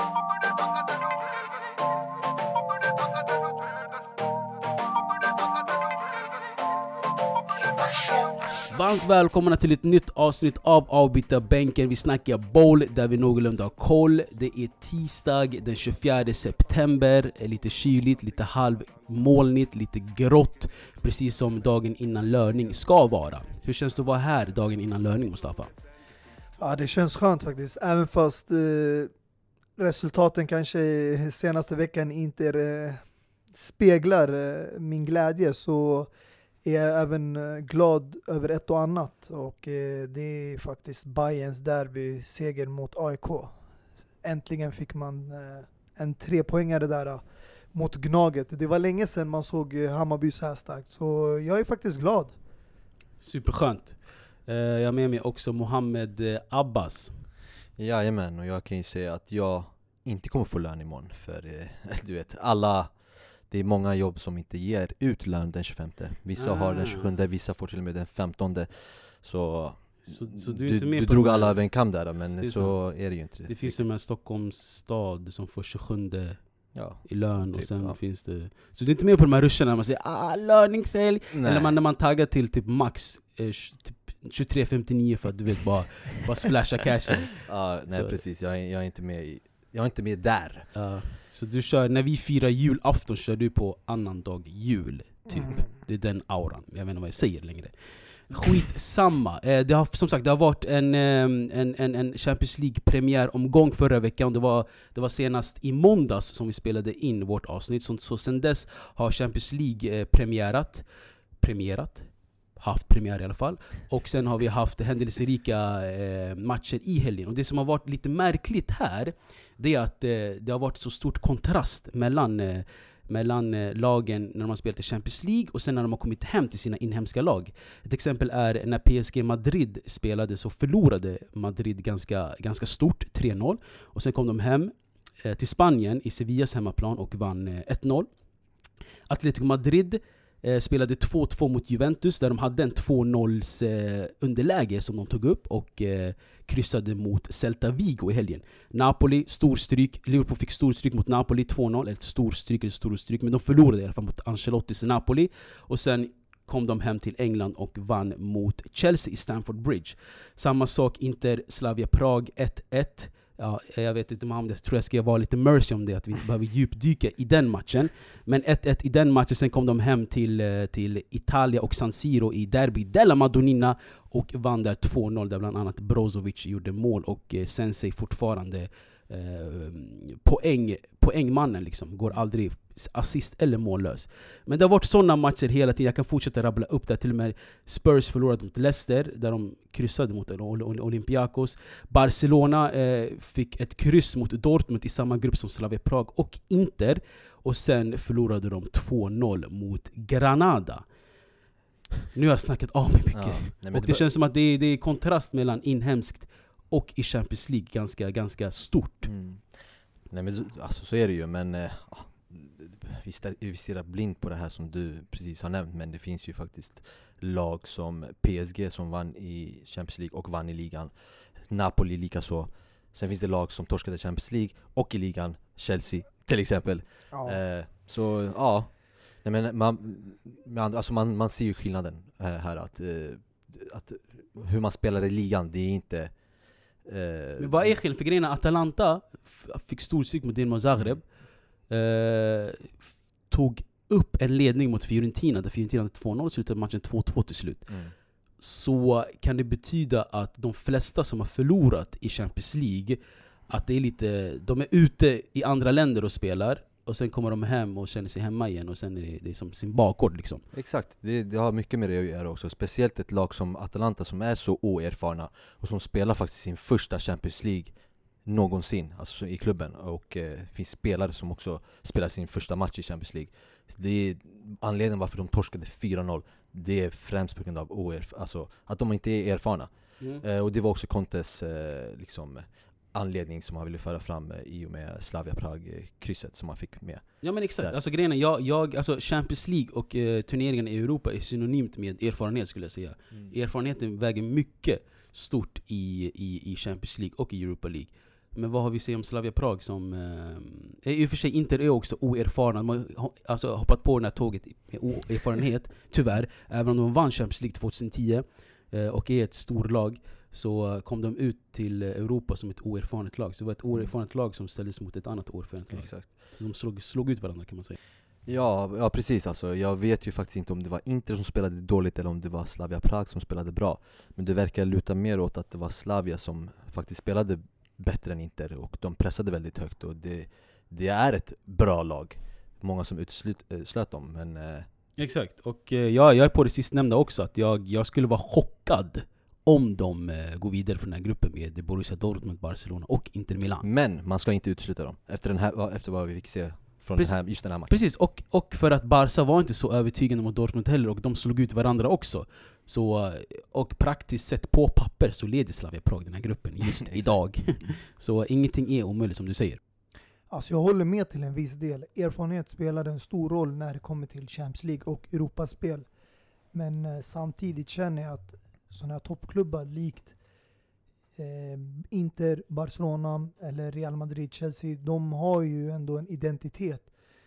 Varmt välkomna till ett nytt avsnitt av Avbytarbänken. Vi snackar boll där vi någorlunda har koll. Det är tisdag den 24 september. Lite kyligt, lite halvmolnigt, lite grått. Precis som dagen innan löning ska vara. Hur känns det att vara här dagen innan löning, Mustafa? Ja, det känns skönt faktiskt. Även fast resultaten kanske senaste veckan inte speglar min glädje, så är jag även glad över ett och annat. Och det är faktiskt Bayerns derby seger mot AIK. Äntligen fick man en 3-poängare där mot Gnaget. Det var länge sedan man såg Hammarby så här starkt. Så jag är faktiskt glad. Superskönt. Jag har med mig också Mohammed Abbas. Jajamän, och jag kan ju säga att jag inte kommer få lön imorgon. För du vet, det är många jobb som inte ger ut lön den 25. Vissa har den 27, vissa får till och med den 15. Så du är inte med du på drog alla över en kam där, men så är det ju inte. Det finns en Stockholms stad som får 27 i lön, och sen finns det. Så du är inte med på de här ruscherna när man säger löningshelg, eller när man taggar till typ max typ 23.59 för att du vet bara splasha cashen. Nej, precis. Jag är inte med. Jag är inte med där. Så du kör, när vi firar julafton kör du på annan dag jul typ. Det är den auran. Jag vet inte vad jag säger längre. Skitsamma. Det har varit en Champions League premiäromgång förra veckan. Det var senast i måndags som vi spelade in vårt avsnitt. Så sen dess har Champions League haft premiär i alla fall. Och sen har vi haft händelserika matcher i helgen. Och det som har varit lite märkligt här, det är att det har varit så stort kontrast mellan lagen när man spelat i Champions League och sen när de har kommit hem till sina inhemska lag. Ett exempel är när PSG Madrid spelade, så förlorade Madrid ganska stort, 3-0. Och sen kom de hem till Spanien i Sevillas hemmaplan och vann 1-0. Atletico Madrid spelade 2-2 mot Juventus där de hade en 2-0 underläge som de tog upp och kryssade mot Celta Vigo i helgen. Napoli, storstryk. Liverpool fick storstryk mot Napoli 2-0, eller storstryk, men de förlorade i alla fall mot Ancelottis Napoli. Och sen kom de hem till England och vann mot Chelsea i Stamford Bridge. Samma sak Inter Slavia Prag 1-1. Ja, jag vet inte, Mohammed, jag tror jag ska vara lite mercy om det, att vi inte behöver djupdyka i den matchen. Men 1-1 i den matchen, sen kom de hem till Italia och San Siro i Derby della Madonnina och vann där 2-0 där bland annat Brozovic gjorde mål och Sensei fortfarande poängmannen liksom, går aldrig assist eller mållös. Men det har varit sådana matcher hela tiden. Jag kan fortsätta rabbla upp där. Till och med Spurs förlorade mot Leicester där de kryssade mot Olympiakos. Barcelona fick ett kryss mot Dortmund i samma grupp som Slavia Prag och Inter, och sen förlorade de 2-0 mot Granada. Nu har jag snackat av mig mycket. Och det känns som att det är kontrast mellan inhemskt och i Champions League ganska stort. Nej, men alltså, så är det ju, men vi stirrar blind på det här som du precis har nämnt, men det finns ju faktiskt lag som PSG som vann i Champions League och vann i ligan. Napoli lika så. Sen finns det lag som torskade Champions League och i ligan, Chelsea till exempel. Så ja, nej, men man ser ju skillnaden här, att hur man spelar i ligan, det är inte. Men vad är skillnaden? För grejen är Atalanta fick storstryk mot Dinamo Zagreb, tog upp en ledning mot Fiorentina där Fiorentina hade 2-0 och slutade matchen 2-2 till slut. Så kan det betyda att de flesta som har förlorat i Champions League, att det är lite, de är ute i andra länder och spelar, och sen kommer de hem och känner sig hemma igen, och sen är det som sin bakgård liksom. Exakt, det har mycket med det att göra också. Speciellt ett lag som Atalanta som är så oerfarna och som spelar faktiskt sin första Champions League någonsin, alltså i klubben, och finns spelare som också spelar sin första match i Champions League. Det är anledningen varför de torskade 4-0. Det är främst på grund av alltså att de inte är erfarna. Och det var också Contes liksom anledning som han ville föra fram i och med Slavia Prag-krysset som han fick med. Ja, men exakt. Alltså grejen är, alltså Champions League och turneringen i Europa är synonymt med erfarenhet, skulle jag säga. Erfarenheten väger mycket stort i Champions League och i Europa League. Men vad har vi sett om Slavia Prag som... I och för sig Inter är också oerfarna. Man har alltså hoppat på den här tåget med oerfarenhet, tyvärr. Även om de vann Champions League 2010 och är ett storlag, så kom de ut till Europa som ett oerfaret lag. Så det var ett oerfaret lag som ställdes mot ett annat oerfaret lag. Exakt. Så de slog ut varandra, kan man säga. Ja, precis alltså. Jag vet ju faktiskt inte om det var Inter som spelade dåligt eller om det var Slavia Prag som spelade bra. Men det verkar luta mer åt att det var Slavia som faktiskt spelade bättre än Inter, och de pressade väldigt högt, och det är ett bra lag. Många som slöt dem, men... Exakt, och jag är på det sistnämnda också, att jag skulle vara chockad om de går vidare från den här gruppen med Borussia Dortmund, Barcelona och Inter Milan. Men man ska inte utesluta dem efter vad vi fick se från just den här matchen. Precis, och för att Barca var inte så övertygande mot Dortmund heller, och de slog ut varandra också. Så, och praktiskt sett på papper så leder Slavia Prag den här gruppen just idag. Så ingenting är omöjligt, som du säger. Alltså jag håller med till en viss del. Erfarenhet spelar en stor roll när det kommer till Champions League och Europaspel. Men samtidigt känner jag att sådana här toppklubbar likt Inter, Barcelona eller Real Madrid, Chelsea, de har ju ändå en identitet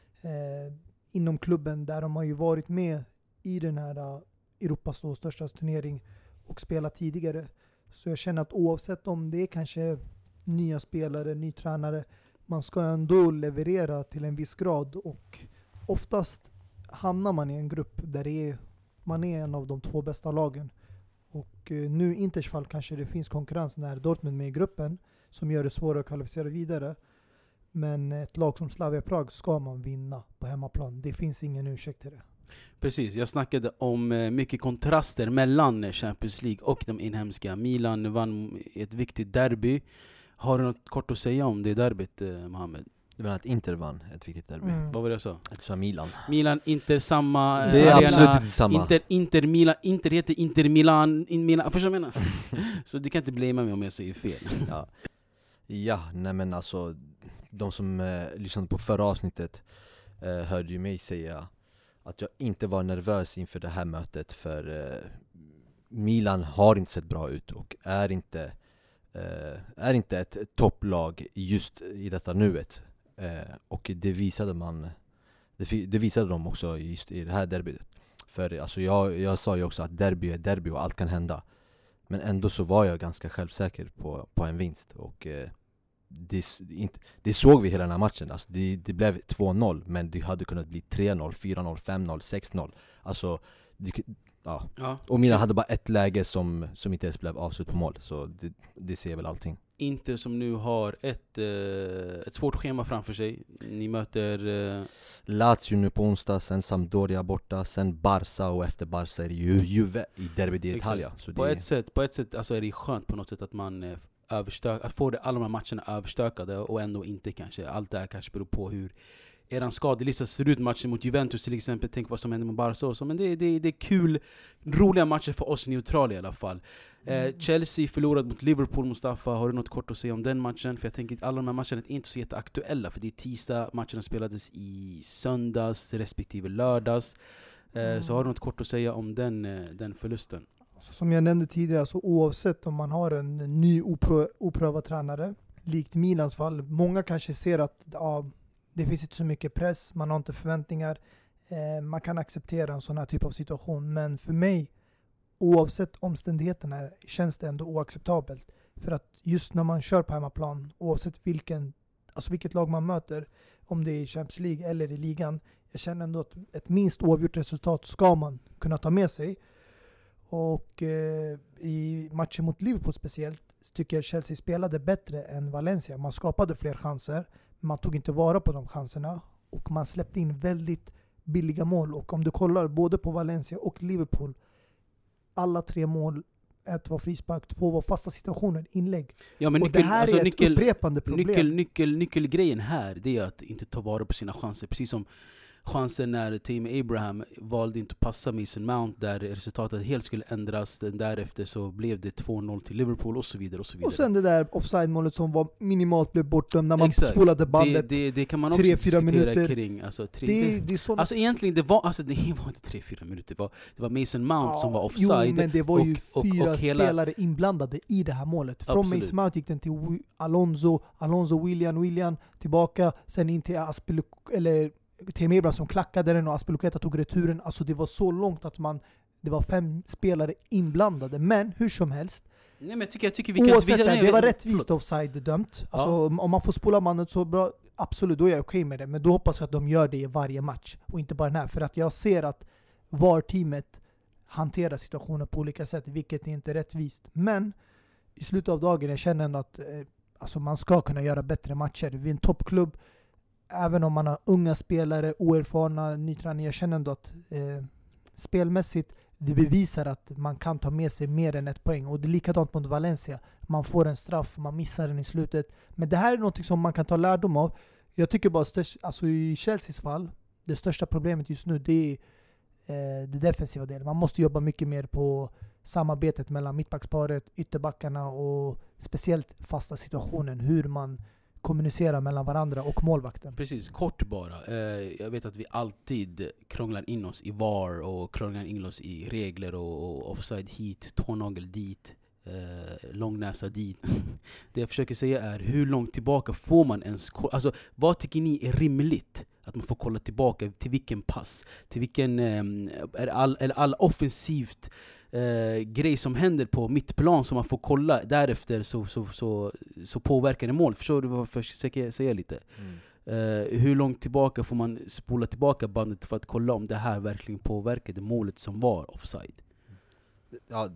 inom klubben, där de har ju varit med i den här Europas största turnering och spelat tidigare. Så jag känner att oavsett om det är kanske nya spelare, ny tränare, man ska ändå leverera till en viss grad, och oftast hamnar man i en grupp där man är en av de 2 bästa lagen. Och nu i Inters fall kanske det finns konkurrens när Dortmund är med i gruppen som gör det svårare att kvalificera vidare. Men ett lag som Slavia Prag ska man vinna på hemmaplan. Det finns ingen ursäkt till det. Precis, jag snackade om mycket kontraster mellan Champions League och de inhemska. Milan vann ett viktigt derby. Har du något kort att säga om det derbyt, Mohammed? Det var att Inter vann ett viktigt derby. Vad var det jag sa? Du sa Milan. Milan, Inter, samma det är arena. absolut inte samma. Inter, Milan. Inter heter Inter Milan. Förstår du vad jag menar? Så du kan inte blamea mig om jag säger fel. Ja, nej men alltså, de som lyssnade på förra avsnittet hörde ju mig säga att jag inte var nervös inför det här mötet, för Milan har inte sett bra ut och är inte ett topplag just i detta nuet. Och det visade de också just i det här derbyt. För alltså jag sa ju också att derby är derby och allt kan hända. Men ändå så var jag ganska självsäker på en vinst. Och det såg vi hela den här matchen. Alltså det blev 2-0, men det hade kunnat bli 3-0, 4-0, 5-0, 6-0. Alltså ja. Och Milan hade bara ett läge som inte ens blev avslut på mål. Så det ser väl allting. Inter som nu har ett svårt schema framför sig. Ni möter Lazio nu på onsdag, sen Sampdoria borta, sen Barca, och efter Barca är det ju Juve i Derby d'Italia. Så på ett sätt alltså är det skönt på något sätt att man att få alla de här matcherna överstökade, och ändå inte kanske. Allt det här kanske beror på hur eran skadelista ser ut. Matchen mot Juventus till exempel, tänk vad som händer med Barca och så. Men det är kul, roliga matcher för oss neutrala i alla fall. Chelsea förlorade mot Liverpool, Mustafa. Har du något kort att säga om den matchen? För jag tänker att alla de här matcherna är inte så jätteaktuella, för det är tisdag, matcherna spelades i söndags respektive lördags. Så har du något kort att säga om den förlusten? Som jag nämnde tidigare, så oavsett om man har en ny oprövad tränare, likt Milans fall, många kanske ser att det finns inte så mycket press, man har inte förväntningar, man kan acceptera en sån här typ av situation. Men för mig, oavsett omständigheterna, känns det ändå oacceptabelt. För att just när man kör på hemmaplan, oavsett vilket lag man möter, om det är i Champions League eller i ligan, jag känner ändå att ett minst oavgjort resultat ska man kunna ta med sig. Och i matchen mot Liverpool speciellt tycker jag Chelsea spelade bättre än Valencia. Man skapade fler chanser, men man tog inte vara på de chanserna, och man släppte in väldigt billiga mål. Och om du kollar både på Valencia och Liverpool, alla 3 mål, 1 var frispark, 2 var fasta situationer, inlägg. Ja, men det här är ett upprepande problem. Nyckelgrejen här, det är att inte ta vara på sina chanser. Precis som chansen när Tammy Abraham valde inte att passa Mason Mount, där resultatet helt skulle ändras. Därefter så blev det 2-0 till Liverpool och så vidare och så vidare. Och sen det där offside-målet som var minimalt blev bortdömd när man spolade bandet. Det kan man också diskutera kring. Alltså, alltså egentligen det var inte 3-4 minuter. Det var Mason Mount som var offside. Jo, men det var ju fyra spelare inblandade i det här målet. Från Mason Mount gick den till Alonso, Willian tillbaka, sen in till Tammy Abraham som klackade den och Azpilicueta tog returen. Alltså det var så långt att det var 5 spelare inblandade. Men hur som helst, nej, men jag tycker vi kan det var rättvist offside-dömt. Alltså, om man får spola mannen så bra, absolut, då är jag okej med det. Men då hoppas jag att de gör det i varje match och inte bara den här. För att jag ser att VAR-teamet hanterar situationen på olika sätt, vilket är inte rättvist. Men i slutet av dagen jag känner ändå att alltså man ska kunna göra bättre matcher. Vi är en toppklubb. Även om man har unga spelare, oerfarna, nytränare, jag känner ändå att spelmässigt det bevisar att man kan ta med sig mer än 1 poäng. Och det är likadant mot Valencia. Man får en straff, man missar den i slutet. Men det här är något som man kan ta lärdom av. Jag tycker bara alltså i Chelseas fall, det största problemet just nu det är det defensiva delen. Man måste jobba mycket mer på samarbetet mellan mittbacksparet, ytterbackarna och speciellt fasta situationen. Hur man kommunicera mellan varandra och målvakten. Precis, kort bara. Jag vet att vi alltid krånglar in oss i VAR och krånglar in oss i regler och offside hit, tånagel dit, långnäsa dit. Det jag försöker säga är, hur långt tillbaka får man ens... Alltså, vad tycker ni är rimligt? Att man får kolla tillbaka till vilken pass, till vilken... är all offensivt grej som händer på mittplan som man får kolla därefter så påverkar det mål. Förstår du vad jag försöker säga lite? Hur långt tillbaka får man spola tillbaka bandet för att kolla om det här verkligen påverkade målet som var offside? Ja,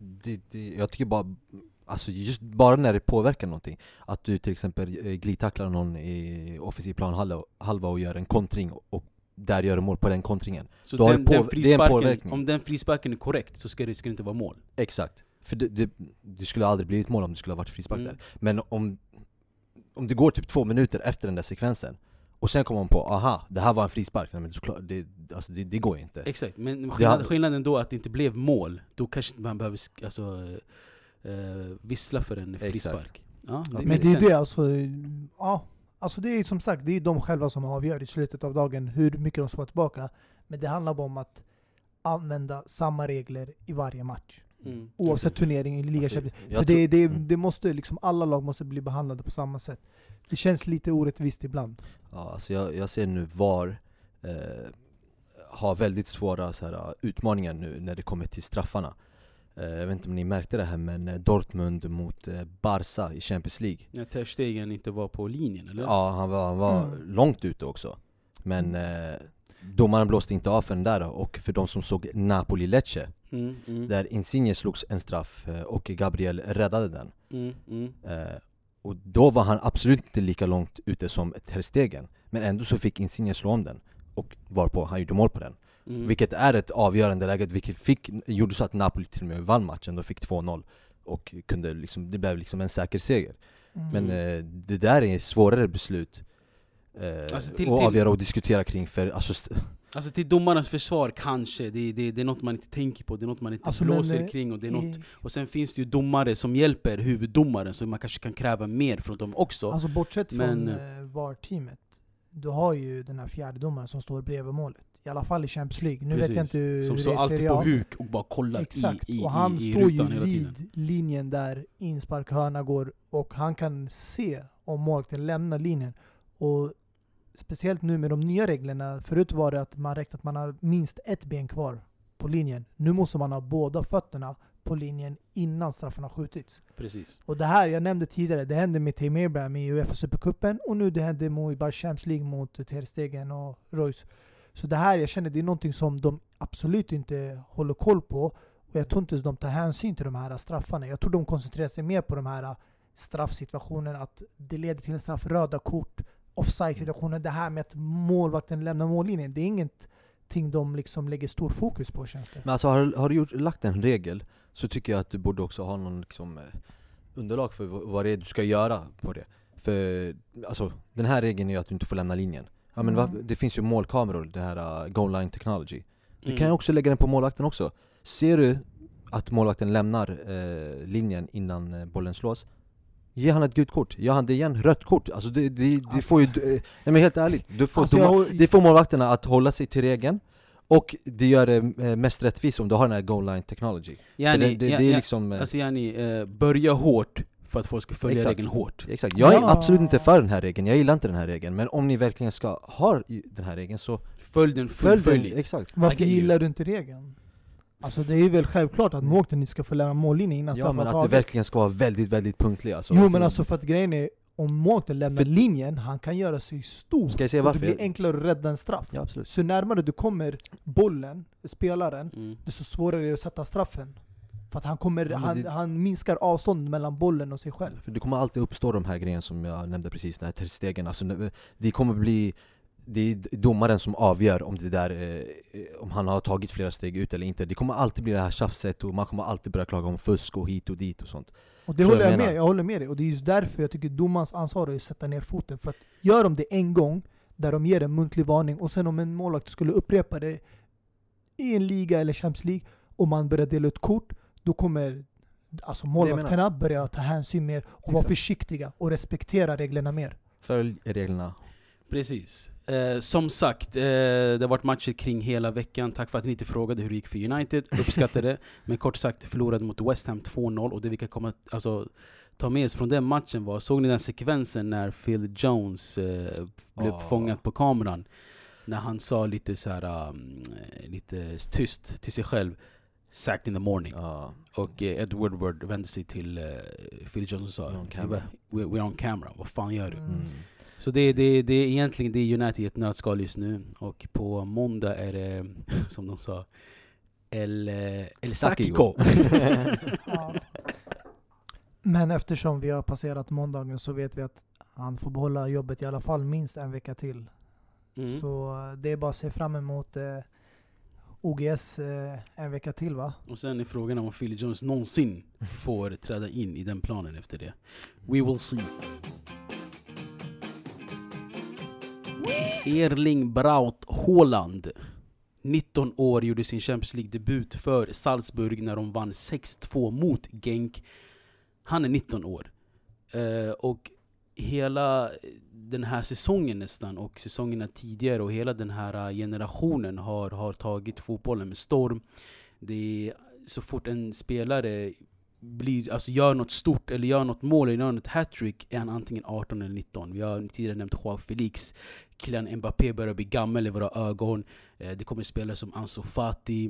jag tycker bara, alltså just bara när det påverkar någonting, att du till exempel glidtacklar någon i offensiv planhalva och gör en kontring och där gör du mål på den kontringen. Så det är en påverkning. Om den frisparken är korrekt så ska det inte vara mål. Exakt. För det skulle aldrig blivit mål om det skulle ha varit frispark där. Men om det går typ 2 minuter efter den där sekvensen och sen kommer man på, aha, det här var en frispark. Nej, men det går inte. Exakt, men skillnaden då att det inte blev mål, då kanske man behöver vissla för en frispark. Ja, men det är det alltså, ja. Alltså det är som sagt, det är de själva som avgör i slutet av dagen hur mycket de ska vara tillbaka. Men det handlar bara om att använda samma regler i varje match. Oavsett turnering i liga. För det måste liksom, alla lag måste bli behandlade på samma sätt. Det känns lite orättvist ibland. Ja, alltså jag ser nu VAR har väldigt svåra så här, utmaningar nu när det kommer till straffarna. Jag vet inte om ni märkte det här, men Dortmund mot Barca i Champions League. När Ter Stegen inte var på linjen, eller? Ja, han var långt ute också. Men domaren blåste inte av för den där. Och för de som såg Napoli-Lecce, där Insigne slogs en straff och Gabriel räddade den. Och då var han absolut inte lika långt ute som Ter Stegen. Men ändå så fick Insigne slå om den. Och varpå han gjorde mål på den. Vilket är ett avgörande läge, vilket gjorde så att Napoli till och med vann matchen. De fick 2-0 och kunde liksom, det blev liksom en säker seger. Men det där är svårare beslut att avgöra och diskutera kring. För, alltså till domarnas försvar kanske, det är något man inte tänker på, det är något man inte blåser kring och det är något, och sen finns det ju domare som hjälper huvuddomaren, så man kanske kan kräva mer från dem också. Alltså bortsett från VAR-teamet, du har ju den här fjärde domaren som står bredvid målet. I alla fall i Champions League. Nu vet jag inte hur som står alltid på huk och bara kollar. Exakt. Och han står ju vid linjen där insparkhörna går och han kan se om målvakten lämnar linjen. Och speciellt nu med de nya reglerna, förut var det att man räknade att man har minst 1 ben kvar på linjen. Nu måste man ha båda fötterna på linjen innan straffen har skjutits. Precis. Och det här, jag nämnde tidigare, det hände med Tammy Abraham i UEFA Supercupen och nu det hände i Champions League mot Ter Stegen och Royce. Så det här, jag känner, det är någonting som de absolut inte håller koll på. Och jag tror inte de tar hänsyn till de här straffarna. Jag tror de koncentrerar sig mer på de här straffsituationerna. Att det leder till en straff, röda kort, offside-situationen. Det här med att målvakten lämnar mållinjen. Det är ingenting de liksom lägger stor fokus på, känns det. Men alltså, har du lagt en regel, så tycker jag att du borde också ha någon liksom, underlag för vad det är du ska göra på det. För alltså, den här regeln är ju att du inte får lämna linjen. Ja, men det finns ju målkameror, det här goal line technology. Du kan ju också lägga den på målvakten också. Ser du att målvakten lämnar linjen innan bollen slås, ge han ett gult kort. Ge han det igen, rött kort. Alltså det får ju... nej men helt ärligt, du får det får målvakterna att hålla sig till regeln. Och det gör det mest rättvist om du har den här goal line technology. Yani, det är liksom... Alltså börja hårt för att folk ska följa regeln hårt. Exakt. Jag är absolut inte för den här regeln. Jag gillar inte den här regeln. Men om ni verkligen ska ha den här regeln så... Följ den. Exakt. Varför gillar du inte regeln? Alltså det är ju väl självklart att målvakten inte ska få lämna mållinjen innan straffet. Ja, men att det verkligen ska vara väldigt, väldigt punktlig. Alltså, jo, men alltså för att grejen är, om målvakten lämnar linjen, han kan göra sig stor. Ska jag säga varför? Det blir enklare att rädda en straff. Ja, absolut. Så närmare du kommer bollen, spelaren, desto svårare är det att sätta straffen. För att han minskar avståndet mellan bollen och sig själv. För det kommer alltid uppstå de här grejerna som jag nämnde precis, de här stegen. Alltså, det kommer bli... Det är domaren som avgör om det där om han har tagit flera steg ut eller inte. Det kommer alltid bli det här tjafset och man kommer alltid börja klaga om fusk och hit och dit och sånt. Och det håller jag med. Jag håller med dig. Och det är just därför jag tycker domarens ansvar är att sätta ner foten. För att gör de det en gång där de ger en muntlig varning och sen om en målvakt skulle upprepa det i en liga eller Champions League och man börjar dela ut kort, då kommer alltså målvakterna börja ta hänsyn mer och vara försiktiga och respektera reglerna mer. Följ reglerna. Precis. Som sagt, det har varit matcher kring hela veckan. Tack för att ni inte frågade hur det gick för United. Uppskattade det. Men kort sagt förlorade mot West Ham 2-0. Och det vi kan ta med oss från den matchen var, såg ni den sekvensen när Phil Jones blev fångad på kameran? När han sa lite så här, lite tyst till sig själv, sacked in the morning. Och Ed Woodward vände sig till Phil Jones och sa, we're on camera. Vad fan gör du? Så det är egentligen det är United i ett nötskal just nu. Och på måndag är det, som de sa, El Sakiko. Ja. Men eftersom vi har passerat måndagen så vet vi att han får behålla jobbet i alla fall minst en vecka till. Så det är bara att se fram emot OGS en vecka till, va? Och sen är frågan om Phil Jones någonsin får träda in i den planen efter det. We will see. Erling Braut Haaland, 19 år, gjorde sin Champions League-debut för Salzburg när de vann 6-2 mot Genk. Han är 19 år. Och hela den här säsongen nästan, och säsongerna tidigare, och hela den här generationen har tagit fotbollen med storm. Det är så fort en spelare gör något stort eller gör något mål eller gör något hattrick, är han antingen 18 eller 19. Vi har tidigare nämnt Joao Felix, Kylian Mbappé börjar bli gammal i våra ögon. Det kommer spelare som Ansu Fati.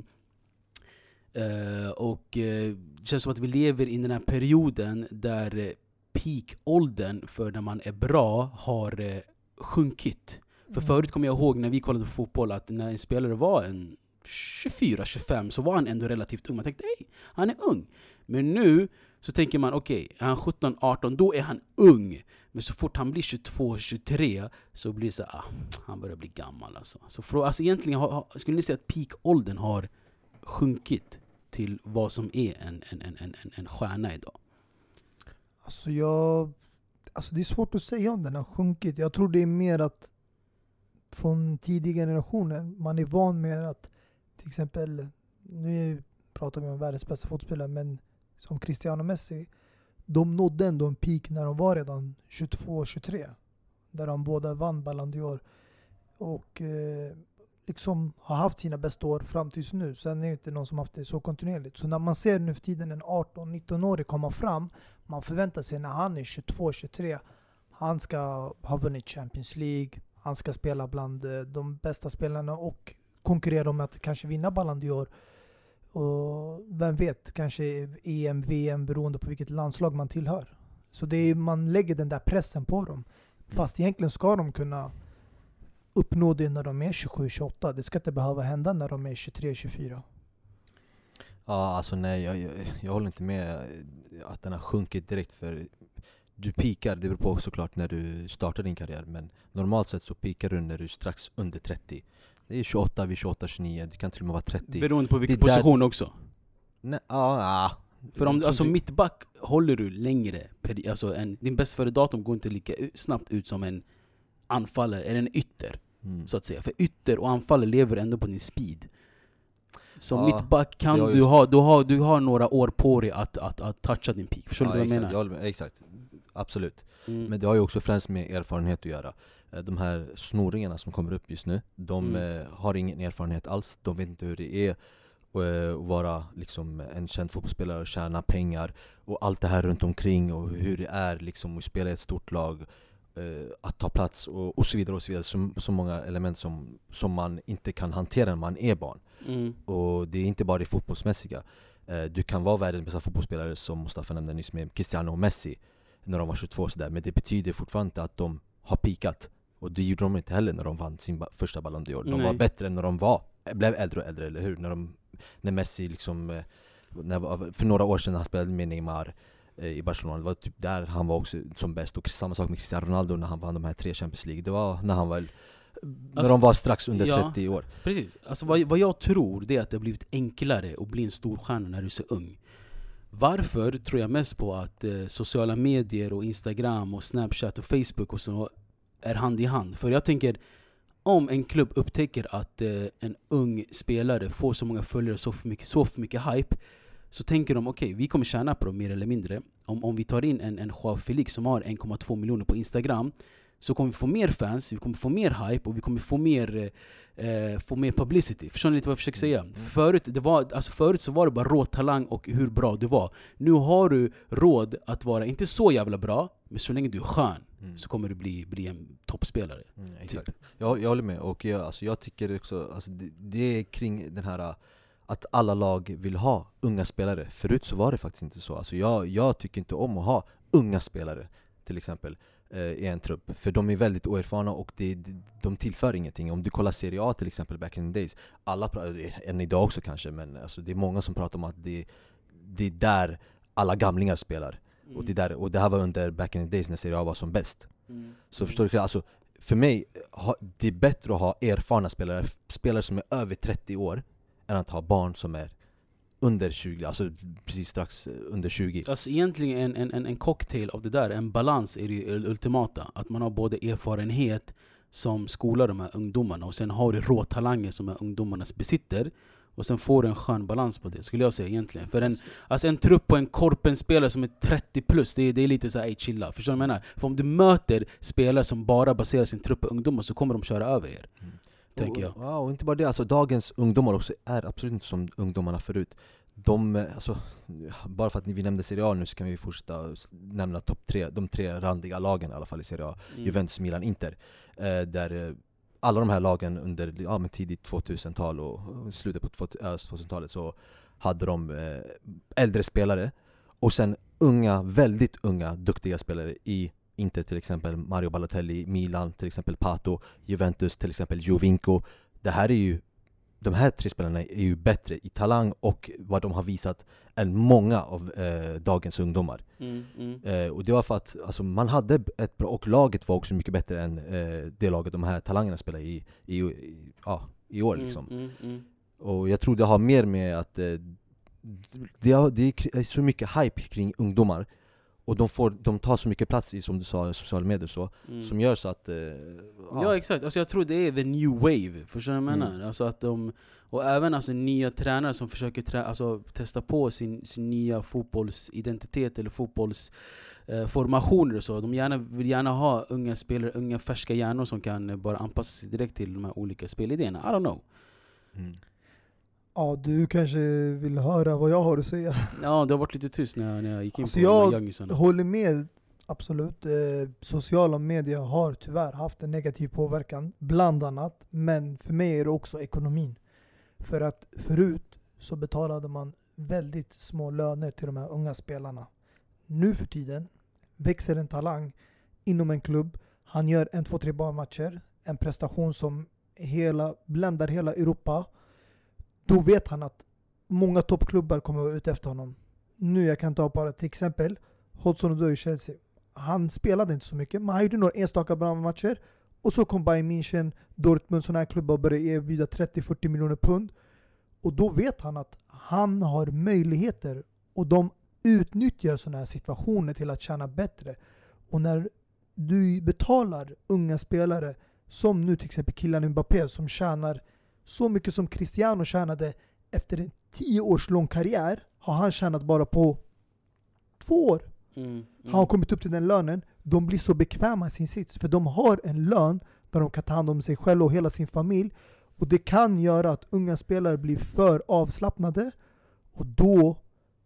Och det känns som att vi lever i den här perioden där peak-åldern för när man är bra har sjunkit. För förut kommer jag ihåg när vi kollade på fotboll att när en spelare var en 24-25 så var han ändå relativt ung. Man tänkte, han är ung. Men nu så tänker man, okej, är han 17-18, då är han ung. Men så fort han blir 22-23 så blir det så han börjar bli gammal. Så egentligen skulle ni säga att peak-åldern har sjunkit till vad som är en stjärna idag? Alltså det är svårt att säga om den har sjunkit. Jag tror det är mer att från tidiga generationer, man är van med att till exempel, nu pratar vi om världens bästa fotbollsspelare, men som Cristiano Messi, de nådde ändå en peak när de var redan 22-23, där de båda vann Ballon d'Or och liksom har haft sina bästa år fram tills nu. Sen är det inte någon som haft det så kontinuerligt. Så när man ser nu för tiden en 18-19-årig komma fram, man förväntar sig när han är 22-23, han ska ha vunnit Champions League, han ska spela bland de bästa spelarna och konkurrera om att kanske vinna Ballon d'Or. Och vem vet, kanske EM, VM, beroende på vilket landslag man tillhör. Så det är, man lägger den där pressen på dem. Fast egentligen ska de kunna uppnå det när de är 27-28. Det ska inte behöva hända när de är 23-24. Ja, alltså nej, jag håller inte med att den har sjunkit direkt, för du pikar, det beror på såklart när du startar din karriär, men normalt sett så pikar du när du är strax under 30. Det är 28, vid 28-29, det kan till och med vara 30. Beroende på vilken position också. Nej, För om mittback håller du längre, din bäst före datum går inte lika snabbt ut som en anfallare eller en ytter. så att säga. För ytter och anfallare lever ändå på din speed. Som Ja, mittback kan det du har några år på dig att toucha din peak. Förstår du vad jag exakt, menar? jag håller med, exakt, absolut. Mm. Men det har ju också främst med erfarenhet att göra. De här snoringarna som kommer upp just nu, de har ingen erfarenhet alls. De vet inte hur det är att vara liksom en känd fotbollsspelare och tjäna pengar och allt det här runt omkring och hur det är liksom att spela i ett stort lag, att ta plats och så vidare och så vidare. Så många element som man inte kan hantera när man är barn. Och det är inte bara det fotbollsmässiga. Du kan vara världens bästa fotbollsspelare, som Mustafa nämnde nyss med Cristiano och Messi när de var 22 så där, men det betyder fortfarande inte att de har pikat. Och det gjorde de inte heller när de vann sin första Ballon d'Or. De var bättre när de blev äldre och äldre, eller hur? När Messi liksom, för några år sedan han spelade med Neymar i Barcelona, det var typ där han var också som bäst. Och samma sak med Cristiano Ronaldo när han vann de här 3 Champions League. Det var när han var när de var strax under 30 år. Precis. Alltså vad jag tror, det är att det har blivit enklare att bli en storstjärna när du är så ung. Varför tror jag mest på att sociala medier och Instagram och Snapchat och Facebook och så är hand i hand? För jag tänker, om en klubb upptäcker att en ung spelare får så många följare, så för mycket hype, så tänker de okej, vi kommer tjäna på dem mer eller mindre. Om vi tar in en Joao Felix som har 1,2 miljoner på Instagram, så kommer vi få mer fans, vi kommer få mer hype och vi kommer få mer publicity. Förstår ni lite vad jag försöker säga? Förut så var det bara rå talang och hur bra du var. Nu har du råd att vara inte så jävla bra, men så länge du är skön så kommer du bli en toppspelare. Exakt. Typ. Jag håller med, och jag tycker också alltså det är kring den här att alla lag vill ha unga spelare. Förut så var det faktiskt inte så. Alltså jag tycker inte om att ha unga spelare till exempel i en trupp, för de är väldigt oerfarna och de tillför ingenting. Om du kollar Serie A till exempel back in the days, än idag också kanske, men alltså, det är många som pratar om att det är där alla gamlingar spelar. Och det här var under back in the days när Serie A var som bäst. Så förstår du, alltså, för mig det är bättre att ha erfarna spelare som är över 30 år än att ha barn som är under 20, alltså precis strax under 20. Alltså egentligen en cocktail av det där, en balans är det ultimata. Att man har både erfarenhet som skolar de här ungdomarna, och sen har du råtalanger som är ungdomarna besitter, och sen får du en skön balans på det, skulle jag säga egentligen. För en trupp på en korpenspelare som är 30 plus, det är lite så här, chilla. Förstår du vad jag menar? För om du möter spelare som bara baserar sin trupp på ungdomar, så kommer de köra över er. Tänker jag. Och inte bara det, alltså dagens ungdomar också är absolut inte som ungdomarna förut. Alltså, bara för att vi nämnde Serie A nu, så kan vi fortsätta nämna de 3 randiga lagen i alla fall i Serie A. Juventus, Milan, Inter. Där alla de här lagen under tidigt 2000-tal och slutet på 2000-talet så hade de äldre spelare och sen väldigt unga, duktiga spelare i Inter, till exempel Mario Balotelli, Milan till exempel Pato, Juventus till exempel Giovinco. De här 3 spelarna är ju bättre i talang och vad de har visat än många av dagens ungdomar. Och det var för att alltså, man hade ett bra, och laget var också mycket bättre än det laget de här talangerna spelar i år liksom. Och jag tror det har mer med att det är så mycket hype kring ungdomar. Och de tar så mycket plats i, som du sa, sociala medier så, som gör så att... Ja, exakt. Alltså, jag tror det är the new wave. Förstår du vad jag menar? Alltså att och även alltså, nya tränare som försöker testa på sin nya fotbollsidentitet eller fotbollsformationer och så. De vill gärna ha unga spelare, unga färska hjärnor som kan bara anpassa sig direkt till de här olika spelidéerna. I don't know. Ja, du kanske vill höra vad jag har att säga. Ja, det har varit lite tyst när jag gick in alltså på jag youngisarna. håller med, absolut. Sociala medier har tyvärr haft en negativ påverkan, bland annat. Men för mig är det också ekonomin. För att förut så betalade man väldigt små löner till de här unga spelarna. Nu för tiden växer en talang inom en klubb. Han gör 1-2-3 bra matcher. En prestation som bländar hela Europa. Då vet han att många toppklubbar kommer att vara ute efter honom. Nu jag kan ta bara till exempel Hudson-Odoi i Chelsea. Han spelade inte så mycket, men han gjorde några enstaka bra matcher. Och så kom Bayern München, Dortmund, sådana här klubbar började erbjuda 30-40 miljoner pund. Och då vet han att han har möjligheter. Och de utnyttjar sådana här situationer till att tjäna bättre. Och när du betalar unga spelare Som nu till exempel killen Mbappé som tjänar så mycket som Cristiano tjänade efter en 10 års lång karriär, har han tjänat bara på 2 år. Han har kommit upp till den lönen. De blir så bekväma i sin sits, för de har en lön där de kan ta hand om sig själva och hela sin familj. Och det kan göra att unga spelare blir för avslappnade, och då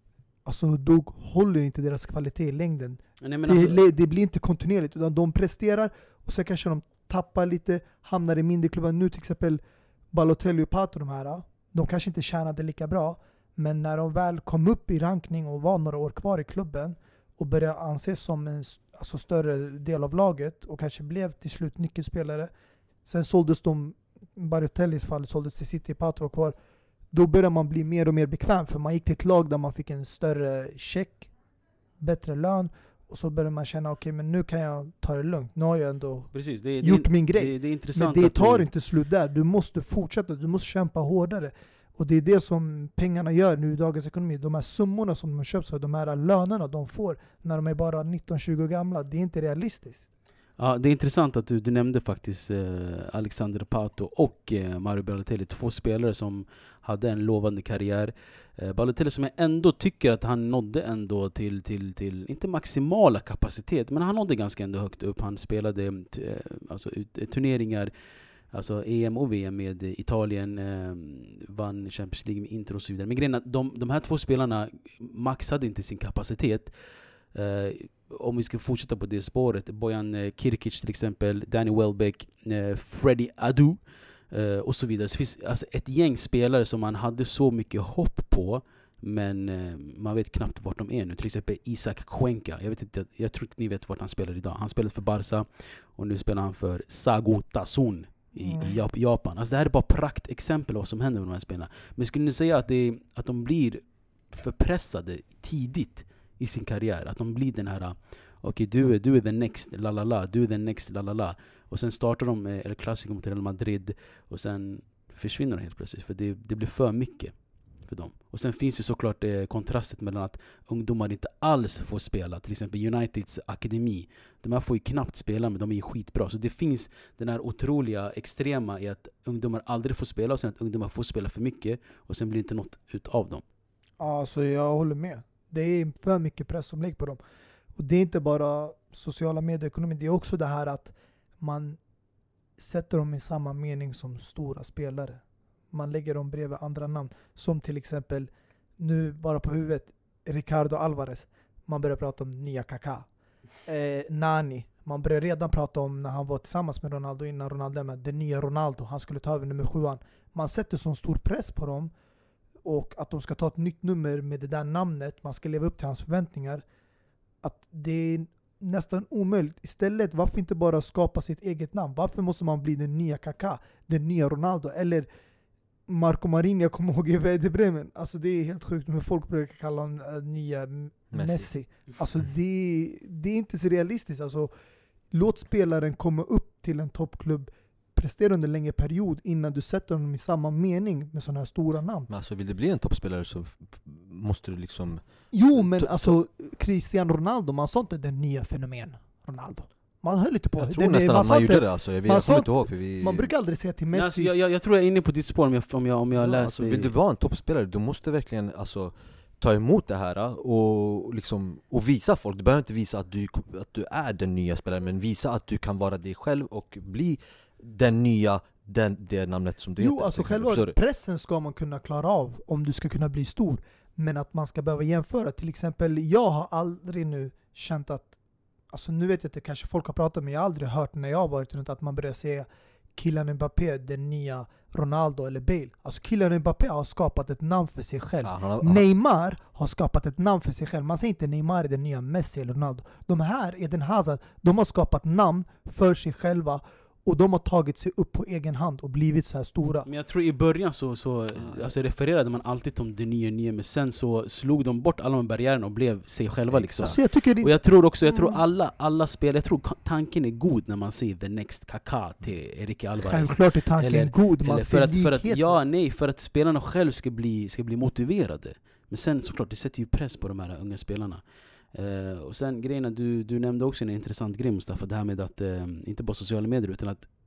håller inte deras kvalitet i längden. Det blir inte kontinuerligt, utan de presterar och så kanske de tappar lite, hamnar i mindre klubbar. Nu till exempel Balotelli och Pato, de kanske inte tjänade lika bra, men när de väl kom upp i rankning och var några år kvar i klubben och började anses som en större del av laget och kanske blev till slut nyckelspelare. Sen såldes de, Balotellis fall såldes till City, Pato var kvar. Då började man bli mer och mer bekväm, för man gick till ett lag där man fick en större check, bättre lön, och så började man känna okej, men nu kan jag ta det lugnt. Nu har jag ändå gjort min grej. Det är intressant, men det tar inte slut där. Du måste fortsätta, du måste kämpa hårdare. Och det är det som pengarna gör nu i dagens ekonomi. De här summorna som de köps för, de här lönerna de får när de är bara 19-20 gamla, det är inte realistiskt. Ja, det är intressant att du nämnde faktiskt Alexander Pato och Mario Balotelli, 2 spelare som hade en lovande karriär. Balotelli som jag ändå tycker att han nådde ändå till inte maximala kapacitet, men han nådde ganska ändå högt upp. Han spelade turneringar, alltså EM och VM med Italien, vann Champions League med Inter och så vidare. Men grejen är att de här 2 spelarna maxade inte sin kapacitet. Om vi ska fortsätta på det spåret, Bojan Kirkic till exempel, Danny Welbeck, Freddie Adu och så vidare. Så det finns alltså ett gäng spelare som man hade så mycket hopp på, men man vet knappt vart de är nu. Till exempel Isak Cuenca, jag tror inte ni vet vart han spelar idag. Han spelade för Barca och nu spelar han för Sago Tasun i Japan. Alltså det här är bara praktexempel av vad som händer med de här spelarna. Men skulle ni säga att de blir förpressade tidigt i sin karriär, att de blir den här okej, du är the next lalala, du är the next lalala, och sen startar de El Clasico mot Real Madrid och sen försvinner de helt plötsligt för det blir för mycket för dem. Och sen finns ju såklart kontrastet mellan att ungdomar inte alls får spela, till exempel Uniteds akademi, de här får ju knappt spela, men de är ju skitbra. Så det finns den här otroliga extrema i att ungdomar aldrig får spela och sen att ungdomar får spela för mycket och sen blir det inte något ut av dem. Ja, så jag håller med. Det är för mycket press som lägger på dem. Och det är inte bara sociala medieekonomi, det är också det här att man sätter dem i samma mening som stora spelare. Man lägger dem bredvid andra namn. Som till exempel, nu bara på huvudet, Ricardo Alvarez. Man börjar prata om nya Kaká. Nani. Man börjar redan prata om när han var tillsammans med Ronaldo innan Ronaldo med det nya Ronaldo. Han skulle ta över nummer 7. Man sätter sån stor press på dem. Och att de ska ta ett nytt nummer med det där namnet. Man ska leva upp till hans förväntningar. Att det är nästan omöjligt. Istället, varför inte bara skapa sitt eget namn? Varför måste man bli den nya Kaká? Den nya Ronaldo? Eller Marco Marini, jag kommer ihåg i Werder Bremen. Alltså det är helt sjukt. Men folk brukar kalla honom nya Messi. Alltså det är inte så realistiskt. Alltså, låt spelaren komma upp till en toppklubb, prestera under en längre period innan du sätter honom i samma mening med sådana här stora namn. Men alltså vill du bli en toppspelare så måste du liksom... Jo, men alltså Cristiano Ronaldo, man sa inte den nya fenomen Ronaldo. Man höll lite på. Jag tror nästan att man gjorde det. Alltså. Jag kommer inte ihåg. För man brukar aldrig säga till Messi... Alltså, jag tror jag är inne på ditt spår om jag läser... Alltså, vill du vara en toppspelare, du måste verkligen ta emot det här och visa folk. Du behöver inte visa att du är den nya spelaren, men visa att du kan vara dig själv och bli den nya, det namnet som du heter. Jo, alltså själva pressen ska man kunna klara av om du ska kunna bli stor. Men att man ska behöva jämföra. Till exempel, jag har aldrig nu känt att, alltså nu vet jag att det kanske folk har pratat, men jag har aldrig hört när jag har varit runt att man börjar säga Kylian Mbappé, den nya Ronaldo eller Bale. Alltså Kylian Mbappé har skapat ett namn för sig själv. Neymar har skapat ett namn för sig själv. Man säger inte Neymar är den nya Messi eller Ronaldo. De här, Eden Hazard, de har skapat namn för sig själva. Och de har tagit sig upp på egen hand och blivit så här stora. Men jag tror i början så refererade man alltid om det nya, men sen så slog de bort alla de barriärerna och blev sig själva liksom. Alltså och jag tror också, alla spel, jag tror tanken är god när man säger the next Kaká till Erik Alvarez. Självklart är tanken god, man ser likheter. För att spelarna själv ska bli motiverade. Men sen såklart, det sätter ju press på de här unga spelarna. Och sen grejerna, du nämnde också en intressant grej, Mustafa, det här med att inte bara sociala medier utan att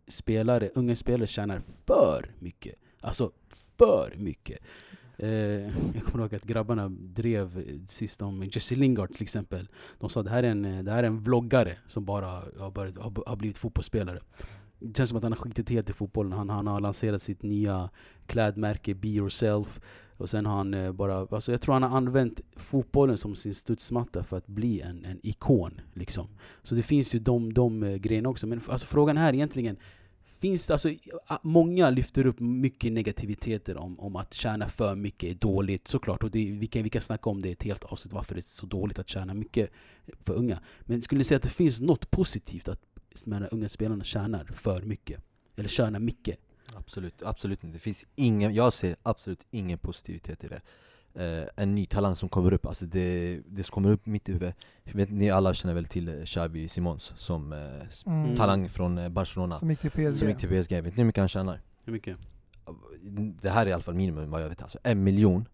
unga spelare tjänar för mycket. Alltså för mycket. Jag kommer ihåg att grabbarna drev sist om Jesse Lingard till exempel. De sa att det här är en vloggare som bara har blivit fotbollsspelare. Det känns som att han har skitit helt i fotbollen. Han har lanserat sitt nya klädmärke Be Yourself. Och sen har han jag tror han har använt fotbollen som sin studsmatta för att bli en ikon liksom. Så det finns ju de grejerna också. Men alltså, frågan här egentligen, finns det, alltså, många lyfter upp mycket negativiteter om att tjäna för mycket är dåligt, såklart. Och vi kan snacka om det i ett helt avsnitt, varför det är så dåligt att tjäna mycket för unga. Men skulle ni säga att det finns något positivt att de unga spelarna tjänar för mycket? Eller tjänar mycket? Absolut inte. Det finns jag ser absolut ingen positivitet i det. En ny talang som kommer upp, alltså det kommer upp mitt i huvudet. Ni alla känner väl till Xavi Simons som talang från Barcelona som gick till PSG. Vet ni hur mycket han tjänar? Hur mycket? Det här är i alla fall minimum vad jag vet, alltså 1 miljon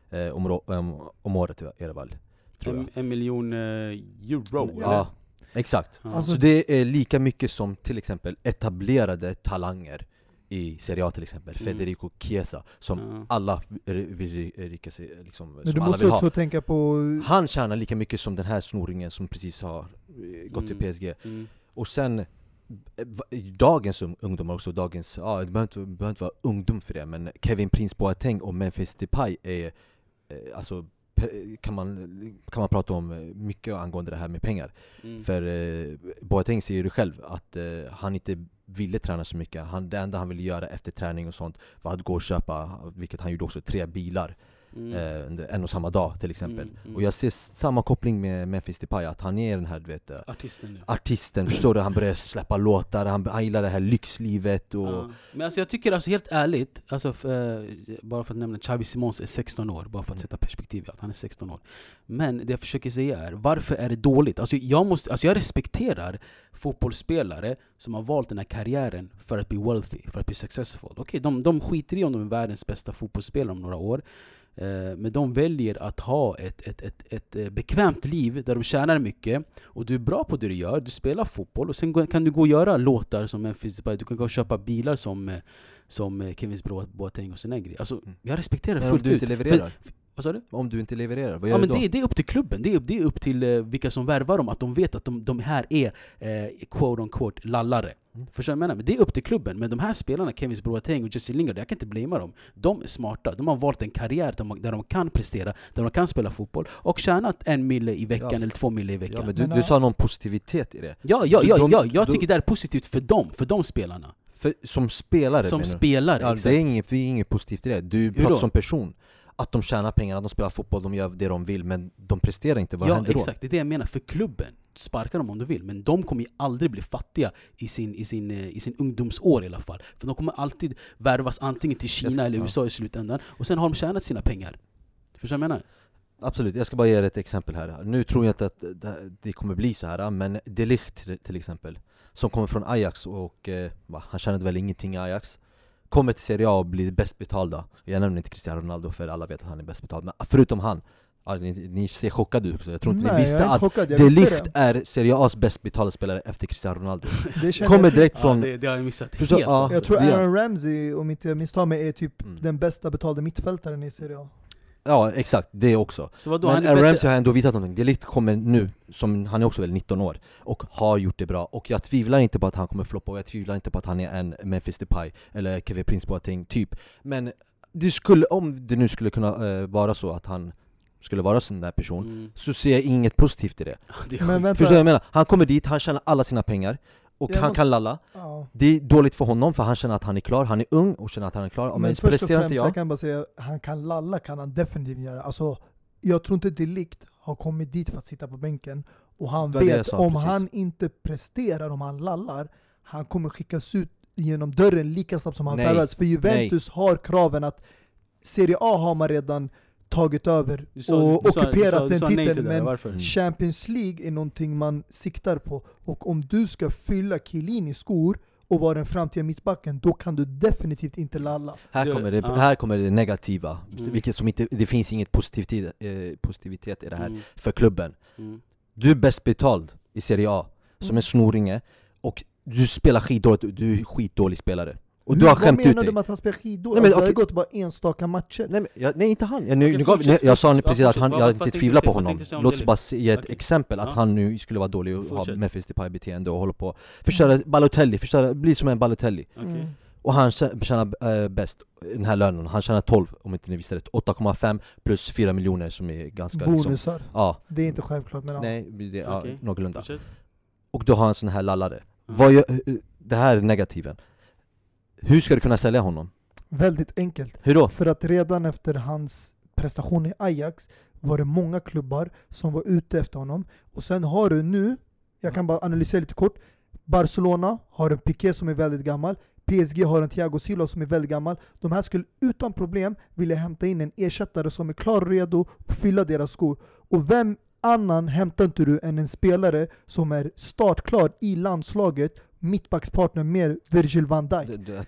om året är det väl, tror jag. 1 miljon euro. Ja, exakt. Alltså, så det är lika mycket som till exempel etablerade talanger i Serie A till exempel, Federico Chiesa, som alla vill liksom, men som du måste alla vill också ha. tänka på... Han tjänar lika mycket som den här snoringen som precis har gått till PSG. Och sen dagens ungdomar också, det behöver inte vara ungdom för det, men Kevin Prince Boateng och Memphis Depay är alltså kan man prata om mycket angående det här med pengar. För Boateng säger ju själv att han inte ville träna så mycket. Det enda han ville göra efter träning och sånt var att gå och köpa, vilket han gjorde också, 3 bilar en och samma dag till exempel. Och jag ser samma koppling med Memphis Depay, att han är den här, du vet, artisten, förstår du? Han börjar släppa låtar, han gillar det här lyxlivet och... Men alltså jag tycker, alltså helt ärligt, alltså bara för att nämna, Xavi Simons är 16 år, bara för att sätta perspektiv i att han är 16 år. Men det jag försöker säga är, varför är det dåligt? Alltså jag respekterar fotbollsspelare som har valt den här karriären för att bli wealthy, för att bli successful. Okej, de skiter i om de är världens bästa fotbollsspelare om några år. Men de väljer att ha ett bekvämt liv där de tjänar mycket, och du är bra på det du gör, du spelar fotboll, och sen kan du gå och göra låtar som Memphis Depay, du kan gå och köpa bilar som Kevin Boateng och såna grejer. Alltså, jag respekterar fullt ut. Om du inte levererar? Vad sa du? Om du inte levererar, vad gör du då? Det är upp till klubben, det är upp till vilka som värvar dem, att de vet att de här är quote on quote lallare. Förstår jag menar? Men det är upp till klubben. Men de här spelarna, Kevin Boateng och Jesse Lingard, jag kan inte blamea dem. De är smarta, de har valt en karriär där de kan prestera, där de kan spela fotboll och tjänat 1 mille i veckan eller 2 mille i veckan. Ja, men du sa någon positivitet i det. Jag tycker det är positivt för de spelarna. Som spelare? Som spelare, ja, det är inget positivt i det. Du pratar som person. Att de tjänar pengar, att de spelar fotboll, de gör det de vill, men de presterar inte. Vad händer då? Ja, exakt. Det är det jag menar. För klubben, sparkar dem om du vill, men de kommer ju aldrig bli fattiga i sin ungdomsår i alla fall. För de kommer alltid värvas antingen till Kina eller USA i slutändan, och sen har de tjänat sina pengar. Förstår du vad jag menar? Absolut, jag ska bara ge er ett exempel här. Nu tror jag inte att det kommer bli så här, men De Ligt till exempel, som kommer från Ajax och han tjänade väl ingenting i Ajax, kommer till Serie A och blir bäst betalda. Jag nämner inte Cristiano Ronaldo för alla vet att han är bäst betald, men förutom han, ni ser chockade ut också. Jag tror inte ni visste att De Ligt är Serie A's bäst betalda spelare efter Cristiano Ronaldo. Kommer direkt från... det har jag missat helt. Jag tror Aaron Ramsey, om inte jag misstar mig, är typ den bästa betalda mittfältaren i Serie A. Ja, exakt, det också. Så vadå, men Aaron Ramsey har ändå visat någonting. De Ligt kommer nu, som han är också väl 19 år, och har gjort det bra. Och jag tvivlar inte på att han kommer floppa, och jag tvivlar inte på att han är en Memphis Depay eller Kevin Prince Boateng typ. Men det skulle, om det nu skulle kunna vara så att han skulle vara sån där person, så ser jag inget positivt i det. Förstår jag menar? Han kommer dit, han tjänar alla sina pengar och han kan lalla. Det är dåligt för honom, för han känner att han är klar. Han är ung och känner att han är klar. Men först och främst, jag kan bara säga, han kan lalla, kan han definitivt göra. Alltså, jag tror inte De Ligt har kommit dit för att sitta på bänken. Och han vet, om han inte presterar, om han lallar, han kommer skickas ut genom dörren lika snabbt som han färdas. För Juventus har kraven att Serie A har man redan tagit över och ockuperat den titeln, men Champions League är någonting man siktar på, och om du ska fylla Chiellini skor och vara den framtida mittbacken, då kan du definitivt inte lalla. Här kommer det negativa, vilket som inte, det finns inget positivitet i det här för klubben. Du är bäst betald i Serie A som en snoringe, och du spelar skitdåligt, du är skitdålig spelare. Och du har skämt ut dig. Vad menar du med att han spelar skitdåligt? Nej, men, det har gått bara enstaka matcher. Nej, inte han. Jag sa precis att jag inte tvivlar på honom. Låt oss bara ge ett exempel att han nu skulle vara dålig och ha Memphis Depay-beteende och hålla på förstöra Balotelli, bli som en Balotelli. Och han tjänar bäst den här lönen. Han tjänar 12, om inte ni visste det, 8,5 plus 4 miljoner som är ganska bonusar. Liksom, ja. Det är inte självklart, men nej, det är någorlunda. Och då har han sån här lallare. Det här är negativen. Hur ska du kunna sälja honom? Väldigt enkelt. Hur då? För att redan efter hans prestation i Ajax var det många klubbar som var ute efter honom. Och sen har du nu, jag kan bara analysera lite kort, Barcelona har en Piqué som är väldigt gammal. PSG har en Thiago Silva som är väldigt gammal. De här skulle utan problem vilja hämta in en ersättare som är klar och redo och fylla deras skor. Och vem annan hämtar inte du än en spelare som är startklar i landslaget, mittbackspartner med Virgil van Dijk.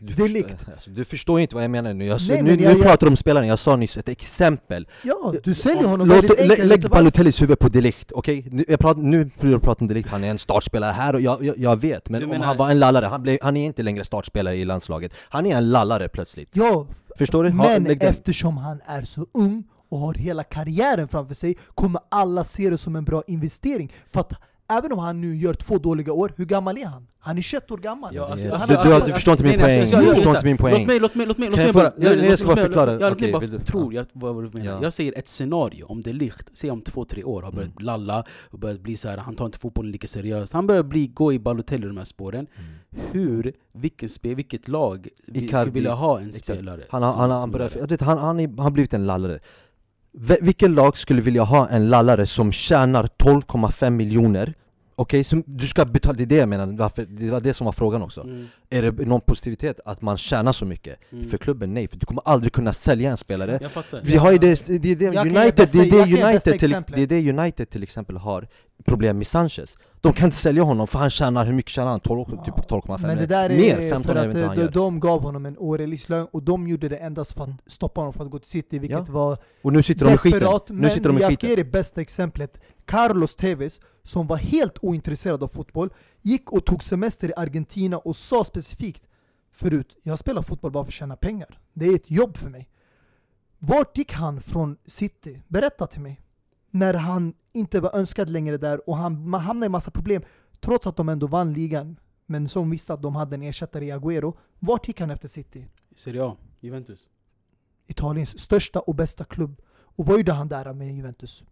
Du förstår inte vad jag menar nu. Nu pratar du om spelaren. Jag sa nyss ett exempel. Ja, du säljer honom lägg Balotellis huvud på De Ligt, okej? Nu pratar om De Ligt. Han är en startspelare här och jag vet. Men om han var en lallare, han är inte längre startspelare i landslaget. Han är en lallare plötsligt. Ja, förstår du? Men eftersom han är så ung och har hela karriären framför sig kommer alla se det som en bra investering. För att även om han nu gör 2 dåliga år, hur gammal är han? Han är 21 år gammal. Ja, du förstår inte min poäng. Du förstår inte min poäng. Låt mig bara jag ska bara förklara. Vad du menar. Jag säger ett scenario om det likt. Se om 2-3 år har börjat lalla och börjat bli så här, han tar inte fotbollen lika seriöst. Han börjar gå i Balotelli de här spåren. Vilket lag skulle vilja ha en spelare? Han har blivit en lallare. Vilken lag skulle vilja ha en lallare som tjänar 12,5 miljoner? Okej, så du ska betala, det är det jag menar, det var det som var frågan också. Är det någon positivitet att man tjänar så mycket? För klubben, nej, för du kommer aldrig kunna sälja en spelare. Vi har ju det United till exempel har problem med Sanchez. De kan inte sälja honom för han tjänar, hur mycket tjänar han? 12,5 men det där är mer, 15 för att de gav honom en årlig och de gjorde det endast för att stoppa honom från att gå till City, vilket var och nu sitter de i skiten. Men jag ska ge det bästa exemplet. Carlos Tevez, som var helt ointresserad av fotboll, gick och tog semester i Argentina och sa specifikt förut, jag spelar fotboll bara för att tjäna pengar. Det är ett jobb för mig. Vart gick han från City? Berätta till mig. När han inte var önskad längre där och han hamnade i massa problem trots att de ändå vann ligan, men som visste att de hade en ersättare i Agüero. Vart gick han efter City? Serie A, Juventus. Italiens största och bästa klubb. Och vad gjorde han där med Juventus?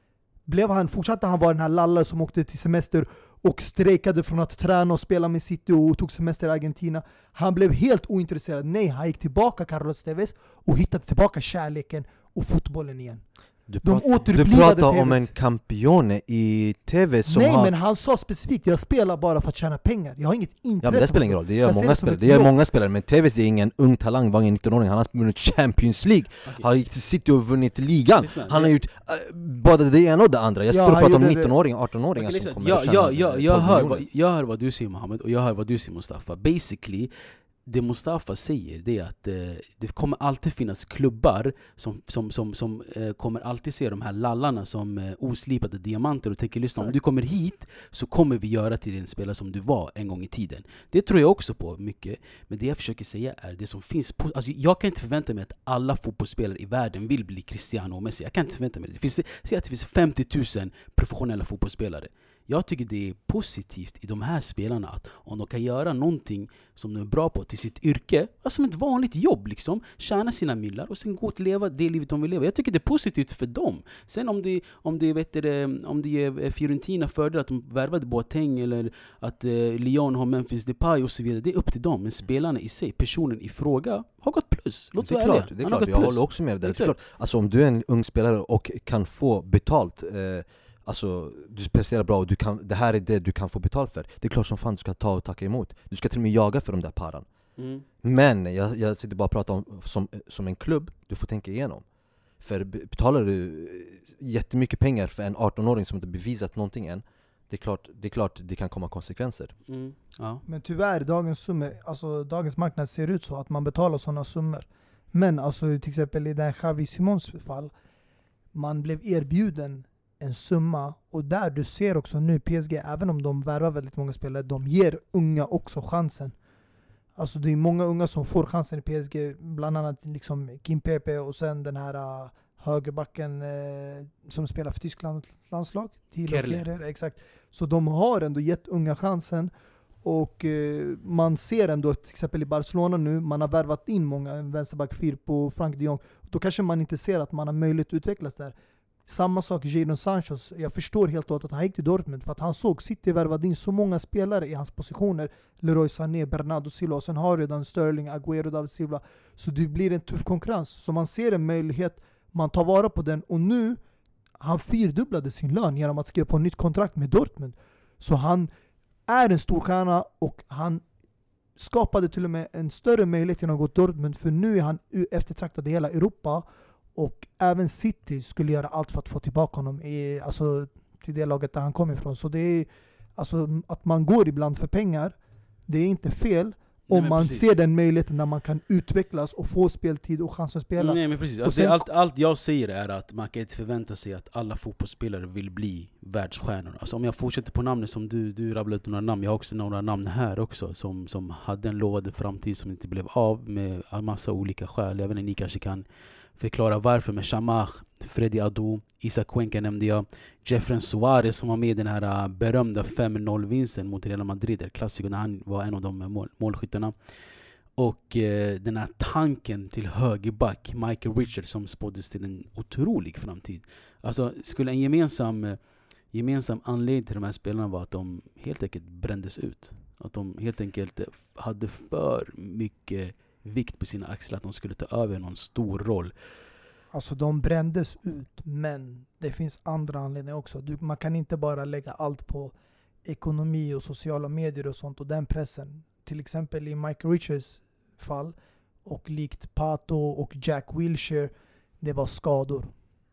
Fortsatte han vara den här lallare som åkte till semester och strejkade från att träna och spela med City och tog semester i Argentina? Han blev helt ointresserad. Nej, han gick tillbaka, Carlos Tevez, och hittade tillbaka kärleken och fotbollen igen. Du pratar om en campione i TV som men han sa specifikt, jag spelar bara för att tjäna pengar. Jag har inget intresse. Ja, men det spelar ingen roll, det gör många spelare. Men Tevez är ingen ung talang, var ingen 19-åring. Han har vunnit Champions League. Han har gick till City och vunnit ligan. Han har gjort både det ena och det andra. Jag står och pratar om 19-åringar, 18-åringar som kommer att tjäna. Jag hör vad du säger, Mohammed, och jag hör vad du säger, Mustafa. Basically, det Mustafa säger, det är att det kommer alltid finnas klubbar som kommer alltid se de här lallarna som oslipade diamanter och tänker, lyssna, om du kommer hit så kommer vi göra till en spelare som du var en gång i tiden. Det tror jag också på mycket, men det jag försöker säga är det som finns på, alltså jag kan inte förvänta mig att alla fotbollsspelare i världen vill bli Cristiano och Messi. Jag kan inte förvänta mig det. Säg att det finns 50 000 professionella fotbollsspelare. Jag tycker det är positivt i de här spelarna att om de kan göra någonting som de är bra på till sitt yrke, alltså som ett vanligt jobb liksom, tjäna sina millar och sen gå och leva det livet de vill leva. Jag tycker det är positivt för dem. Sen om det är Fiorentina fördel att de värvade Boateng eller att Lyon har Memphis Depay och så vidare, det är upp till dem. Men spelarna i sig, personen i fråga har gått plus. Låt det är klart, jag håller också med dig. Alltså om du är en ung spelare och kan få betalt, alltså du presterar bra och det här är det du kan få betalt för. Det är klart som fan du ska ta och tacka emot. Du ska till och med jaga för de där paran. Men jag sitter bara och pratar om som en klubb, du får tänka igenom. För betalar du jättemycket pengar för en 18-åring som inte bevisat någonting än, det är klart det kan komma konsekvenser. Ja. Men tyvärr, dagens marknad ser ut så att man betalar sådana summor. Men alltså till exempel i den Xavi Simons fall, man blev erbjuden en summa. Och där du ser också nu PSG, även om de värvar väldigt många spelare, de ger unga också chansen. Alltså det är många unga som får chansen i PSG, bland annat liksom Kim Pepe och sen den här högerbacken som spelar för Tysklands landslag. Kerler. Exakt. Så de har ändå gett unga chansen. Och man ser ändå till exempel i Barcelona nu, man har värvat in många, vänsterback 4 på Frank de Jong. Då kanske man inte ser att man har möjlighet att utvecklas där. Samma sak Jadon Sancho. Jag förstår helt och hållet att han gick till Dortmund för att han såg City värvade in så många spelare i hans positioner. Leroy Sané, Bernardo Silva och sen har redan Sterling, Agüero, David Silva. Så det blir en tuff konkurrens. Så man ser en möjlighet, man tar vara på den och nu han fyrdubblade sin lön genom att skriva på ett nytt kontrakt med Dortmund. Så han är en stor stjärna och han skapade till och med en större möjlighet genom att gå till Dortmund, för nu är han eftertraktad i hela Europa och även City skulle göra allt för att få tillbaka honom alltså, till det laget där han kom ifrån. Så det är alltså, att man går ibland för pengar, det är inte fel. Om man ser den möjligheten när man kan utvecklas och få speltid och chans att spela. Nej men precis, alltså sen, allt jag säger är att man kan inte förvänta sig att alla fotbollsspelare vill bli världsstjärnor. Alltså om jag fortsätter på namnet som du rabblade upp några namn, jag har också några namn här också som hade en lovad framtid som inte blev av med en massa olika skäl. Jag vet inte, ni kanske kan förklara varför, med Chamar, Freddy Adu, Isak Cuenca nämnde jag, Jefren Suarez som var med i den här berömda 5-0-vinsten mot Real Madrid, klassiker, när han var en av de målskyttarna. Och den här tanken till högerback, Michael Richards, som spåddes till en otrolig framtid. Alltså skulle en gemensam anledning till de här spelarna var att de helt enkelt brändes ut. Att de helt enkelt hade för mycket vikt på sina axlar, att de skulle ta över någon stor roll. Alltså de brändes ut, men det finns andra anledningar också. Man kan inte bara lägga allt på ekonomi och sociala medier och sånt och den pressen. Till exempel i Michael Richards fall och likt Pato och Jack Wilshere, det var skador.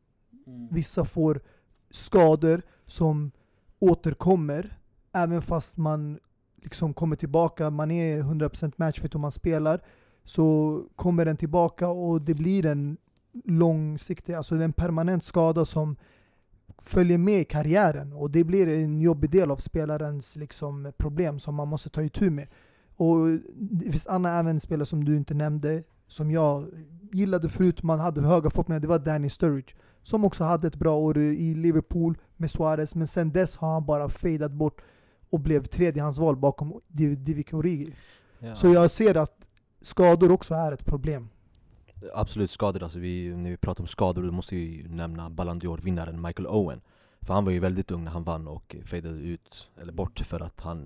Vissa får skador som återkommer även fast man liksom kommer tillbaka, man är 100% matchfit om man spelar, så kommer den tillbaka och det blir en långsiktig, alltså en permanent skada som följer med i karriären och det blir en jobbig del av spelarens liksom problem som man måste ta itu med. Och det finns andra även spelare som du inte nämnde som jag gillade förut, man hade höga förhoppningar, det var Danny Sturridge som också hade ett bra år i Liverpool med Suarez, men sen dess har han bara fadat bort och blev tredjehandsval bakom Divock Origi. Ja. Så jag ser att skador också är ett problem. Absolut skador, alltså när vi pratar om skador då måste vi nämna Ballon d'Or-vinnaren Michael Owen. För han var ju väldigt ung när han vann och fadade ut, eller bort för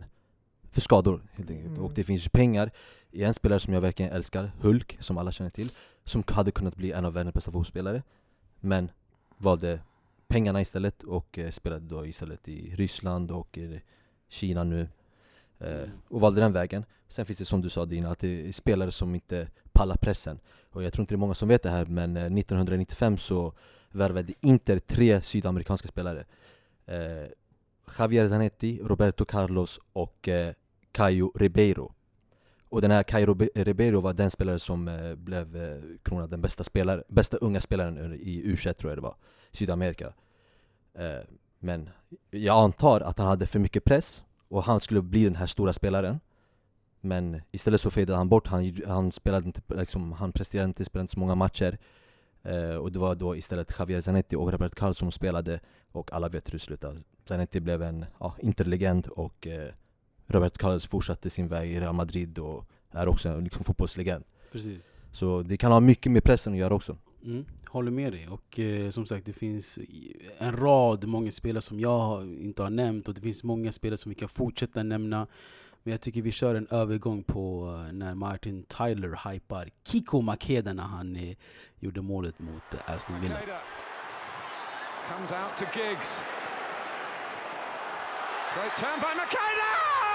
skador helt enkelt. Och det finns ju pengar i en spelare som jag verkligen älskar, Hulk, som alla känner till, som hade kunnat bli en av världens bästa fotbollsspelare, men valde pengarna istället och spelade då istället i Ryssland och Kina nu. Och valde den vägen. Sen finns det, som du sa Dina, att det är spelare som inte pallar pressen. Och jag tror inte det är många som vet det här, men 1995 så värvade Inter 3 sydamerikanska spelare. Javier Zanetti, Roberto Carlos och Caio Ribeiro. Och den här Caio Ribeiro var den spelare som blev kronad den bästa unga spelaren i U21 tror jag det var, Sydamerika. Men jag antar att han hade för mycket press och han skulle bli den här stora spelaren. Men istället så fadade han bort. Han spelade inte, liksom, han presterade inte, spelade inte så många matcher. Och det var då istället Javier Zanetti och Roberto Carlos som spelade. Och alla vet hur det slutade. Zanetti blev en interlegend och Roberto Carlos fortsatte sin väg i Real Madrid och är också en liksom, fotbollslegend. Precis. Så det kan ha mycket med pressen att göra också. Håller med dig. Och som sagt, det finns en rad många spelare som jag inte har nämnt och det finns många spelare som vi kan fortsätta nämna. Men jag tycker vi kör en övergång på när Martin Tyler hypar Kiko Makeda när han gjorde målet mot Aston Villa. Comes out to Giggs. Great turn by Makeda!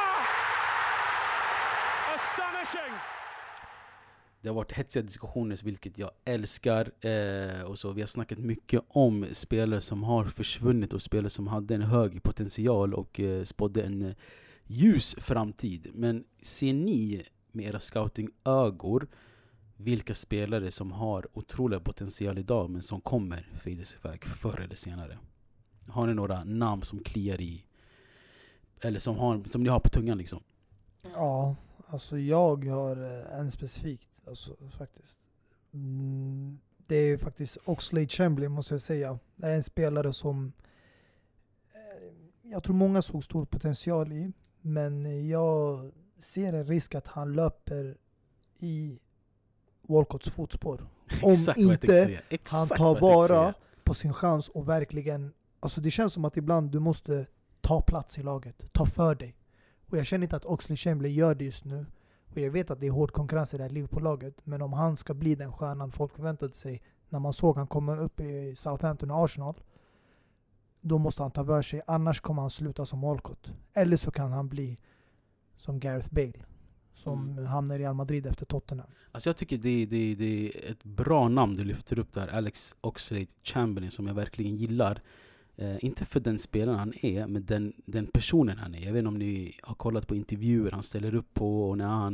Astonishing! Det har varit hetsiga diskussioner, vilket jag älskar. Och så vi har snackat mycket om spelare som har försvunnit och spelare som hade en hög potential och spådde en ljus framtid. Men ser ni med era scouting-ögon vilka spelare som har otrolig potential idag men som kommer fejdas iväg förr eller senare? Har ni några namn som kliar i, eller som ni har på tungan liksom? Ja, alltså jag har en specifikt, alltså faktiskt. Det är faktiskt Oxlade-Chamberlain, måste jag säga. Det är en spelare som jag tror många såg stor potential i, men jag ser en risk att han löper i Walcotts fotspår. Om inte han tar vara på sin chans och verkligen, alltså det känns som att ibland du måste ta plats i laget, ta för dig. Och jag känner inte att Oxlade-Chamberlain gör det just nu. Och jag vet att det är hård konkurrens i det här Liverpool-laget, men om han ska bli den stjärnan folk förväntade sig när man såg han komma upp i Southampton och Arsenal, då måste han ta för sig, annars kommer han sluta som Walcott. Eller så kan han bli som Gareth Bale, som hamnar i Real Madrid efter Tottenham. Alltså jag tycker det är ett bra namn du lyfter upp där, Alex Oxlade-Chamberlain, som jag verkligen gillar. Inte för den spelaren han är, men den personen han är. Jag vet inte om ni har kollat på intervjuer han ställer upp på, och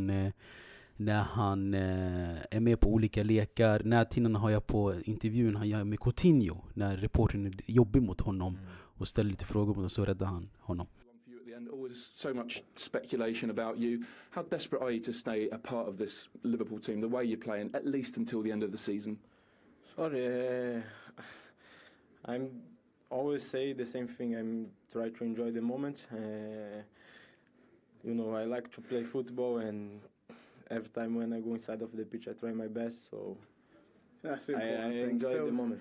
när han är med på olika lekar. När tiden har jag på intervjun han gör med Coutinho, när reportern är jobbig mot honom och ställer lite frågor mot honom, så räddar han honom. Always so much speculation about you. How desperate are you to stay a part of this Liverpool team, the way you're playing, at least until the end of the season? Sorry, I'm always say the same thing. I'm try to enjoy the moment. You know, I like to play football, and every time when I go inside of the pitch, I try my best. So that's the important I thing. enjoy the moment.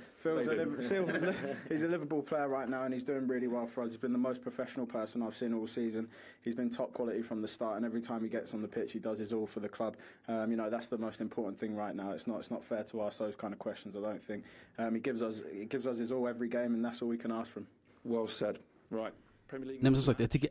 He's a Liverpool player right now, and he's doing really well for us. He's been the most professional person I've seen all season. He's been top quality from the start, and every time he gets on the pitch, he does his all for the club. You know, that's the most important thing right now. It's not fair to ask those kind of questions, I don't think. He gives us his all every game, and that's all we can ask from him. Well said. Right. Premier League. Nej, men som sagt, jag tycker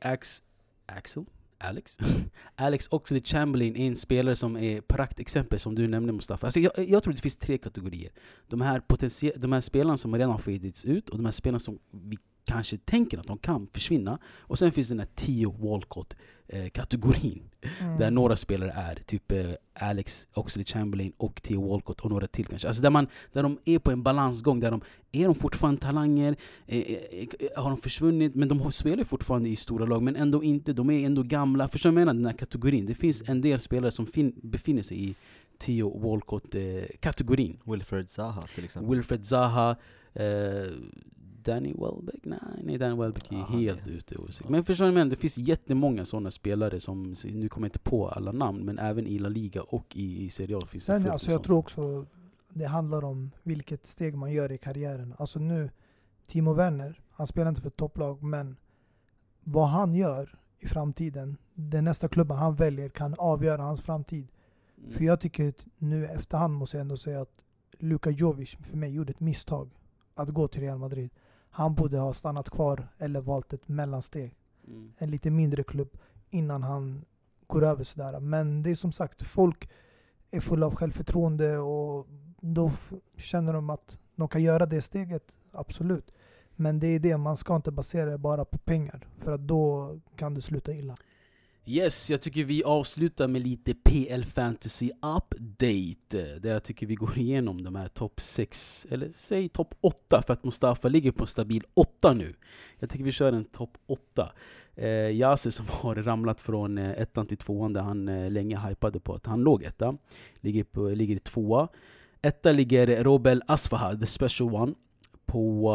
Alex Oxlade-Chamberlain är en spelare som är praktexempel, som du nämnde, Mustafa. Alltså jag tror det finns 3 kategorier. De här spelarna som redan har fadits ut, och de här spelarna som vi kanske tänker att de kan försvinna. Och sen finns den här Theo Walcott-kategorin. Där några spelare är typ Alex Oxlade-Chamberlain och Theo Walcott och några till kanske. Alltså där de är på en balansgång, där är de fortfarande talanger, har de försvunnit, men de spelar fortfarande i stora lag, men ändå inte, de är ändå gamla. Förstår jag menar, den här kategorin. Det finns en del spelare som befinner sig i Theo Walcott-kategorin. Wilfred Zaha till exempel. Wilfred Zaha, Danny Welbeck? Nej, Danny Welbeck är helt ute. Men förstår ni, det finns jättemånga sådana spelare som, nu kommer jag inte på alla namn, men även i La Liga och i Serie A finns det fullt. Alltså jag tror också det handlar om vilket steg man gör i karriären. Alltså nu, Timo Werner, han spelar inte för ett topplag, men vad han gör i framtiden, den nästa klubben han väljer kan avgöra hans framtid. För jag tycker att nu efterhand måste jag ändå säga att Luka Jovic för mig gjorde ett misstag att gå till Real Madrid. Han borde ha stannat kvar eller valt ett mellansteg. En lite mindre klubb innan han går över sådär. Men det är som sagt, folk är fulla av självförtroende, och då känner de att de kan göra det steget, absolut. Men det är det, man ska inte basera det bara på pengar, för att då kan det sluta illa. Yes, jag tycker vi avslutar med lite PL Fantasy Update, där jag tycker vi går igenom de här topp 6, eller säg topp 8, för att Mustafa ligger på stabil 8 nu. Jag tycker vi kör en topp 8. Yasser, som har ramlat från 1 till 2, där han länge hypade på att han låg 1, ligger i 2. 1 ligger Robel Asfaha, the special one, på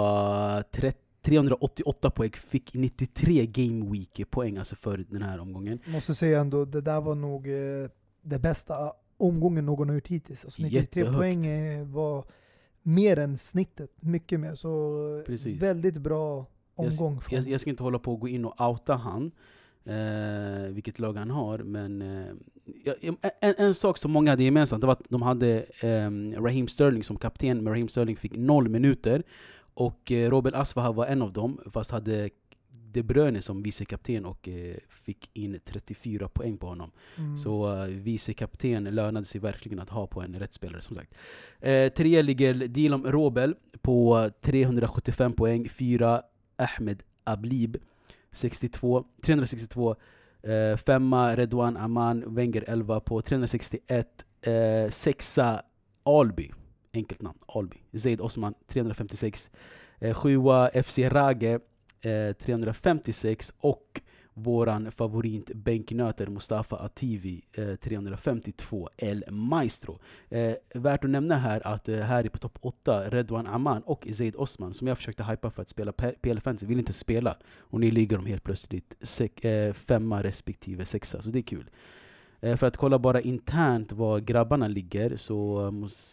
388 poäng, fick 93 game week poäng alltså för den här omgången. Måste säga ändå, det där var nog det bästa omgången någon har gjort hittills. Alltså 93 Jättehögt. poäng var mer än snittet, mycket mer. Så Precis. Väldigt bra omgång. Jag ska inte hålla på att gå in och outa han, vilket lag han har, men en sak som många hade gemensamt, det var att de hade Raheem Sterling som kapten, men Raheem Sterling fick 0 minuter. Och Robel Asfaha var en av dem, fast hade De Bruyne som vicekapten och fick in 34 poäng på honom. Så vicekapten lönade sig verkligen att ha på en rättspelare, som sagt. 3 ligger Dylan Robel på 375 poäng. 4 Ahmed Ablib 362. 5 Redouane Aman Wenger 11 på 361. 6 Alby, enkelt namn, Alby. Zaid Osman 356. 7 FC Rage 356 och våran favorit bänknöter Mustafa Ativi 352 El Maestro. Värt att nämna här att här är på topp 8 Redwan Aman och Zaid Osman som jag försökte hypa för att spela PL Fantasy vill inte spela och ni ligger de helt plötsligt 5 respektive 6, så det är kul. För att kolla bara internt var grabbarna ligger så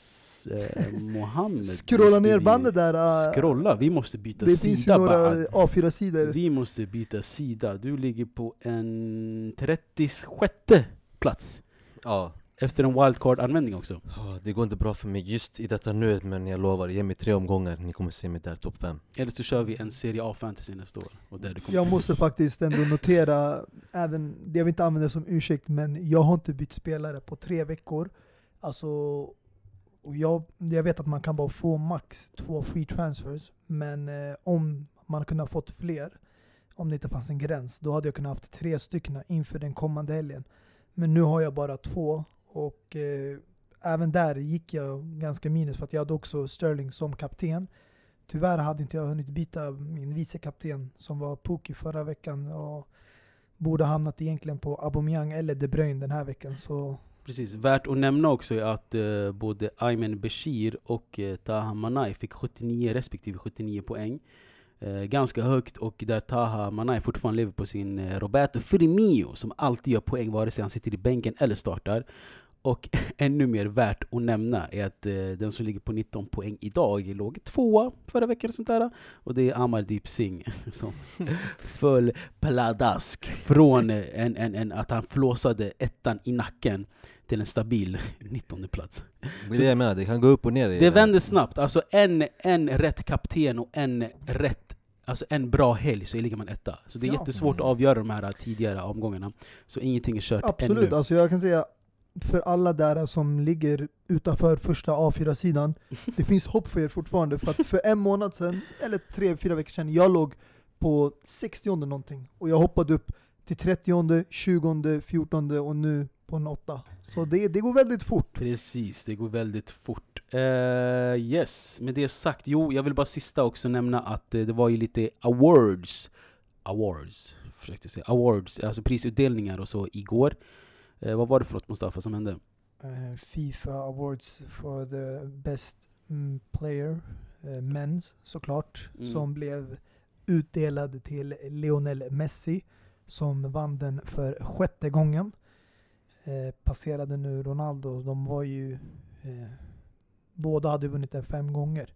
Mohammed scrolla ner bandet där. Scrolla, vi måste byta det sida. Det finns ju några A4-sidor. Vi måste byta sida. Du ligger på en 36 plats. Ja. Efter en wildcard-användning också. Det går inte bra för mig just i detta nu, men jag lovar, ge mig 3 omgångar. Ni kommer se mig där topp 5. Eller så kör vi en Serie A-fantasy nästa år. Och där jag måste faktiskt ändå notera, även det jag vill inte använda som ursäkt, men jag har inte bytt spelare på 3 veckor. Alltså, och jag vet att man kan bara få max 2 free transfers, men om man kunde ha fått fler, om det inte fanns en gräns, då hade jag kunnat haft 3 stycken inför den kommande helgen. Men nu har jag bara 2 och även där gick jag ganska minus för att jag hade också Sterling som kapten. Tyvärr hade inte jag hunnit byta min vicekapten som var Pukki förra veckan och borde hamnat egentligen på Aubameyang eller De Bruyne den här veckan. Så precis, värt att nämna också är att både Ayman Bashir och Taha Manai fick 79 respektive 79 poäng. Ganska högt, och där Taha Manai fortfarande lever på sin Roberto Firmino som alltid gör poäng vare sig han sitter i bänken eller startar. Och ännu mer värt att nämna är att den som ligger på 19 poäng idag låg 2 förra veckan och sånt där. Och det är Amardeep Singh som föll pladask från att han flåsade 1:an i nacken till en stabil 19:e plats. Det jag menar, det kan gå upp och ner. Det vänder snabbt. Alltså en rätt kapten och en bra helg så ligger man 1. Så det är jättesvårt att avgöra de här tidigare omgångarna. Så ingenting är kört ännu. Absolut, alltså jag kan säga för alla där som ligger utanför första A4-sidan, det finns hopp för er fortfarande. För att för en månad sedan, eller 3-4 veckor sedan, jag låg på 60 någonting. Och jag hoppade upp till 30, 20, 14 och nu på en 8. Så det går väldigt fort. Precis, det går väldigt fort. Yes, med det sagt, jag vill bara sista också nämna att det var ju lite awards, alltså prisutdelningar och så igår. Vad var det för något, Mustafa, som hände? FIFA Awards for the best player, men såklart, som blev utdelad till Lionel Messi som vann den för 6:e gången. Passerade nu Ronaldo. De var ju båda hade vunnit den 5 gånger.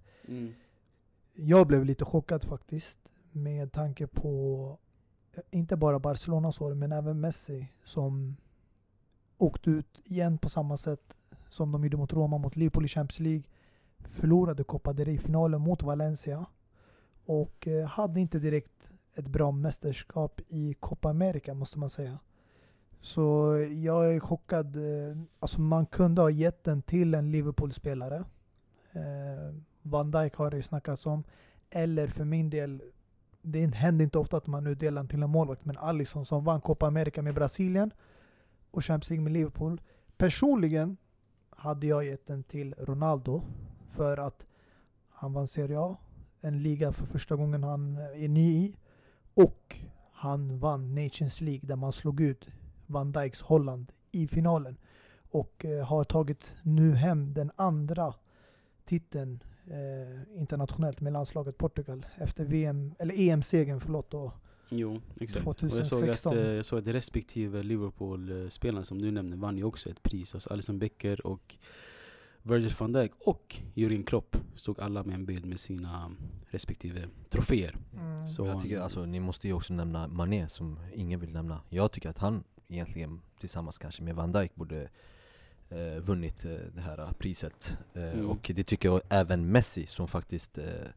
Jag blev lite chockad faktiskt med tanke på inte bara Barcelonas år men även Messi som åkte ut igen på samma sätt som de gjorde mot Roma, mot Liverpool i Champions League, förlorade Copa del Rey-finalen mot Valencia och hade inte direkt ett bra mästerskap i Copa America, måste man säga. Så jag är chockad. Alltså man kunde ha gett den till en Liverpool-spelare. Van Dijk har det ju snackats om. Eller för min del, det händer inte ofta att man utdelar den till en målvakt, men Alisson som vann Copa America med Brasilien och Champions League med Liverpool. Personligen hade jag gett den till Ronaldo för att han vann Serie A, en liga för första gången han är ny i, och han vann Nations League där man slog ut Van Dijks Holland i finalen och har tagit nu hem den andra titeln internationellt med landslaget Portugal efter EM-segern då. Jo, exakt. 2016. Och jag såg att respektive Liverpool-spelaren som du nämnde vann ju också ett pris. Alltså Alisson Becker och Virgil van Dijk och Jürgen Klopp stod alla med en bild med sina respektive troféer. Så jag tycker, alltså, ni måste ju också nämna Mané som ingen vill nämna. Jag tycker att han egentligen tillsammans kanske med Van Dijk borde vunnit det här priset. Och det tycker jag även Messi som faktiskt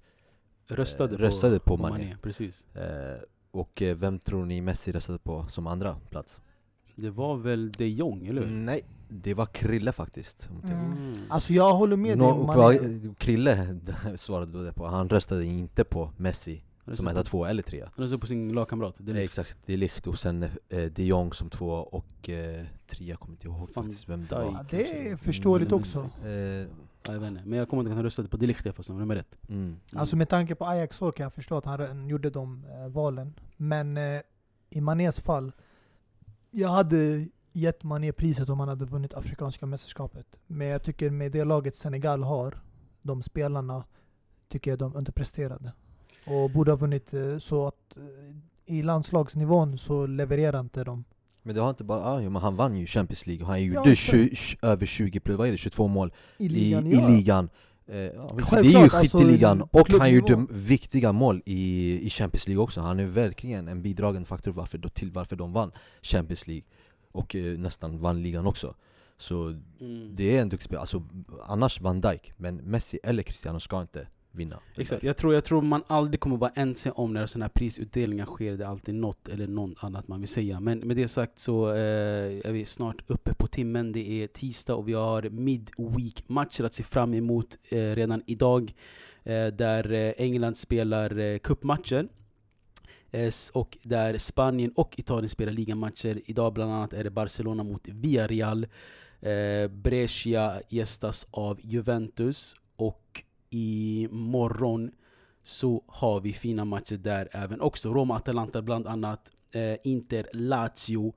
röstade på Mané. Precis. Och vem tror ni Messi röstade på som andra plats? Det var väl De Jong, eller hur? Nej, det var Krille faktiskt. Alltså jag håller med dig. Krille svarade då det på. Han röstade inte på Messi som 1, 2 eller 3. Han röstade på sin lagkamrat. Exakt, det är likt. Och sen De Jong som 2 och 3, jag kommer inte ihåg faktiskt vem det var. Det är förståeligt också. Jag vet inte. Men jag kommer inte att han röstade på De Ligt fast nummer 1. Alltså med tanke på Ajax år kan jag förstå att han gjorde de valen. Men i Manés fall, jag hade gett Mané priset om han hade vunnit afrikanska mästerskapet. Men jag tycker med det laget Senegal har, de spelarna, tycker jag de underpresterade. Och borde ha vunnit så att i landslagsnivån så levererar inte de. Men det har inte bara, men han vann ju Champions League. Han gjorde över 20 plus, vad är det, 22 mål i ligan. Det är ju skytteligan, alltså, och han gjorde viktiga mål i Champions League också. Han är verkligen en bidragande faktor varför de vann Champions League och nästan vann ligan också. Så det är en duktig spelare. Alltså, annars Van Dijk, men Messi eller Cristiano ska inte vinna. Exakt. Jag tror man aldrig kommer vara ensam om när sådana här prisutdelningar sker. Det är alltid något eller något annat man vill säga. Men med det sagt så är vi snart uppe på timmen. Det är tisdag och vi har midweek-matcher att se fram emot redan idag. Där England spelar cupmatcher. Och där Spanien och Italien spelar ligamatcher. Idag bland annat är det Barcelona mot Villarreal. Brescia gästas av Juventus. Och i morgon så har vi fina matcher där även också. Roma-Atalanta bland annat, Inter-Lazio,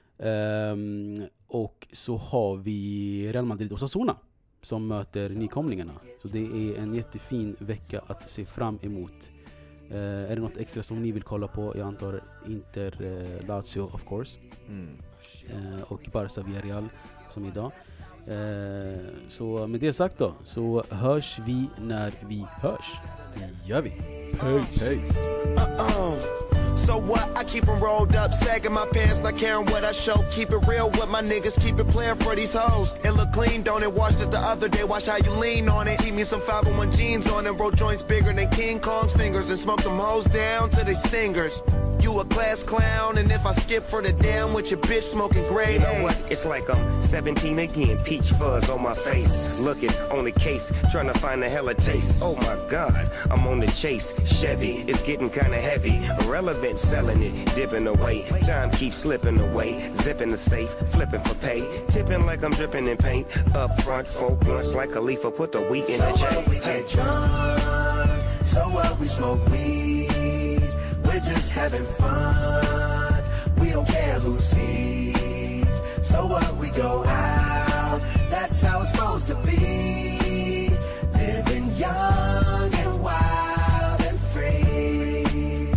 och så har vi Real Madrid och Osasuna som möter nykomlingarna. Så det är en jättefin vecka att se fram emot. Är det något extra som ni vill kolla på? Jag antar Inter-Lazio of course. Och Barca-Villarreal som idag. Så med det sagt då, så hörs vi när vi hörs. Det gör vi. Peace. So what? I keep them rolled up, sagging my pants, not caring what I show. Keep it real with my niggas, keep it playing for these hoes. It look clean, don't it? Washed it the other day, watch how you lean on it. Keep me some 501 jeans on and roll joints bigger than King Kong's fingers. And smoke them hoes down to they stingers. You a class clown, and if I skip for the damn with your bitch smoking grade A. You know what? It's like I'm 17 again, peach fuzz on my face. Looking on the case, trying to find a hella taste. Oh my God, I'm on the chase. Chevy is getting kinda heavy. Irrelevant, selling it, dipping away. Time keeps slipping away. Zipping the safe, flipping for pay. Tipping like I'm dripping in paint. Up front, 4 blunts like a leaf. Put the wheat in the So chain. what, we get drunk. So what, we smoke weed. We're just having fun. We don't care who sees. So what, we go out. That's how it's supposed to be. Living young and wild and free.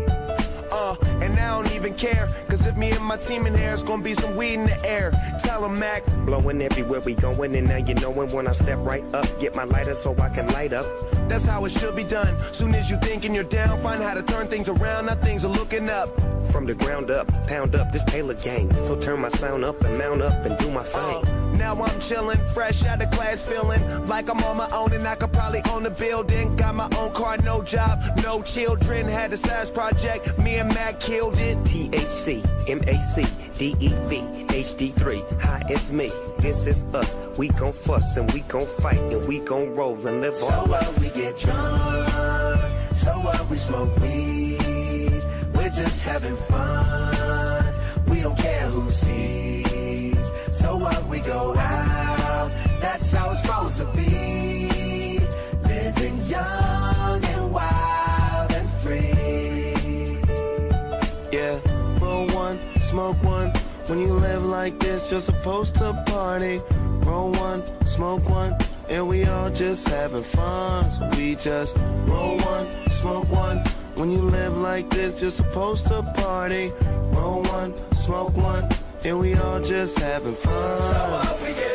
And I don't even care. Cause if me and my team in here, it's gonna be some weed in the air. Tell 'em, Mac. Blowing everywhere we going, and now you knowin' when I step right up. Get my lighter so I can light up. That's how it should be done. Soon as you thinking you're down, find how to turn things around. Now things are looking up. From the ground up, pound up this Taylor gang. So turn my sound up and mount up and do my thing. Now I'm chillin', fresh out of class, feeling like I'm on my own and I could probably own a building. Got my own car, no job, no children. Had a size project, me and Mac killed it. THC, MAC, DEV, HD3, hi, it's me. This is us. We gon' fuss and we gon' fight and we gon' roll and live So on. what, we get drunk. So what, we smoke weed. We're just having fun. We don't care who sees. So what, we go out. That's how it's supposed to be. Living young and wild and free. Yeah, roll one, smoke one. When you live like this, you're supposed to party. Roll one, smoke one, and we all just having fun. So we just roll one, smoke one. When you live like this, you're supposed to party. Roll one, smoke one, and we all just having fun. So up we get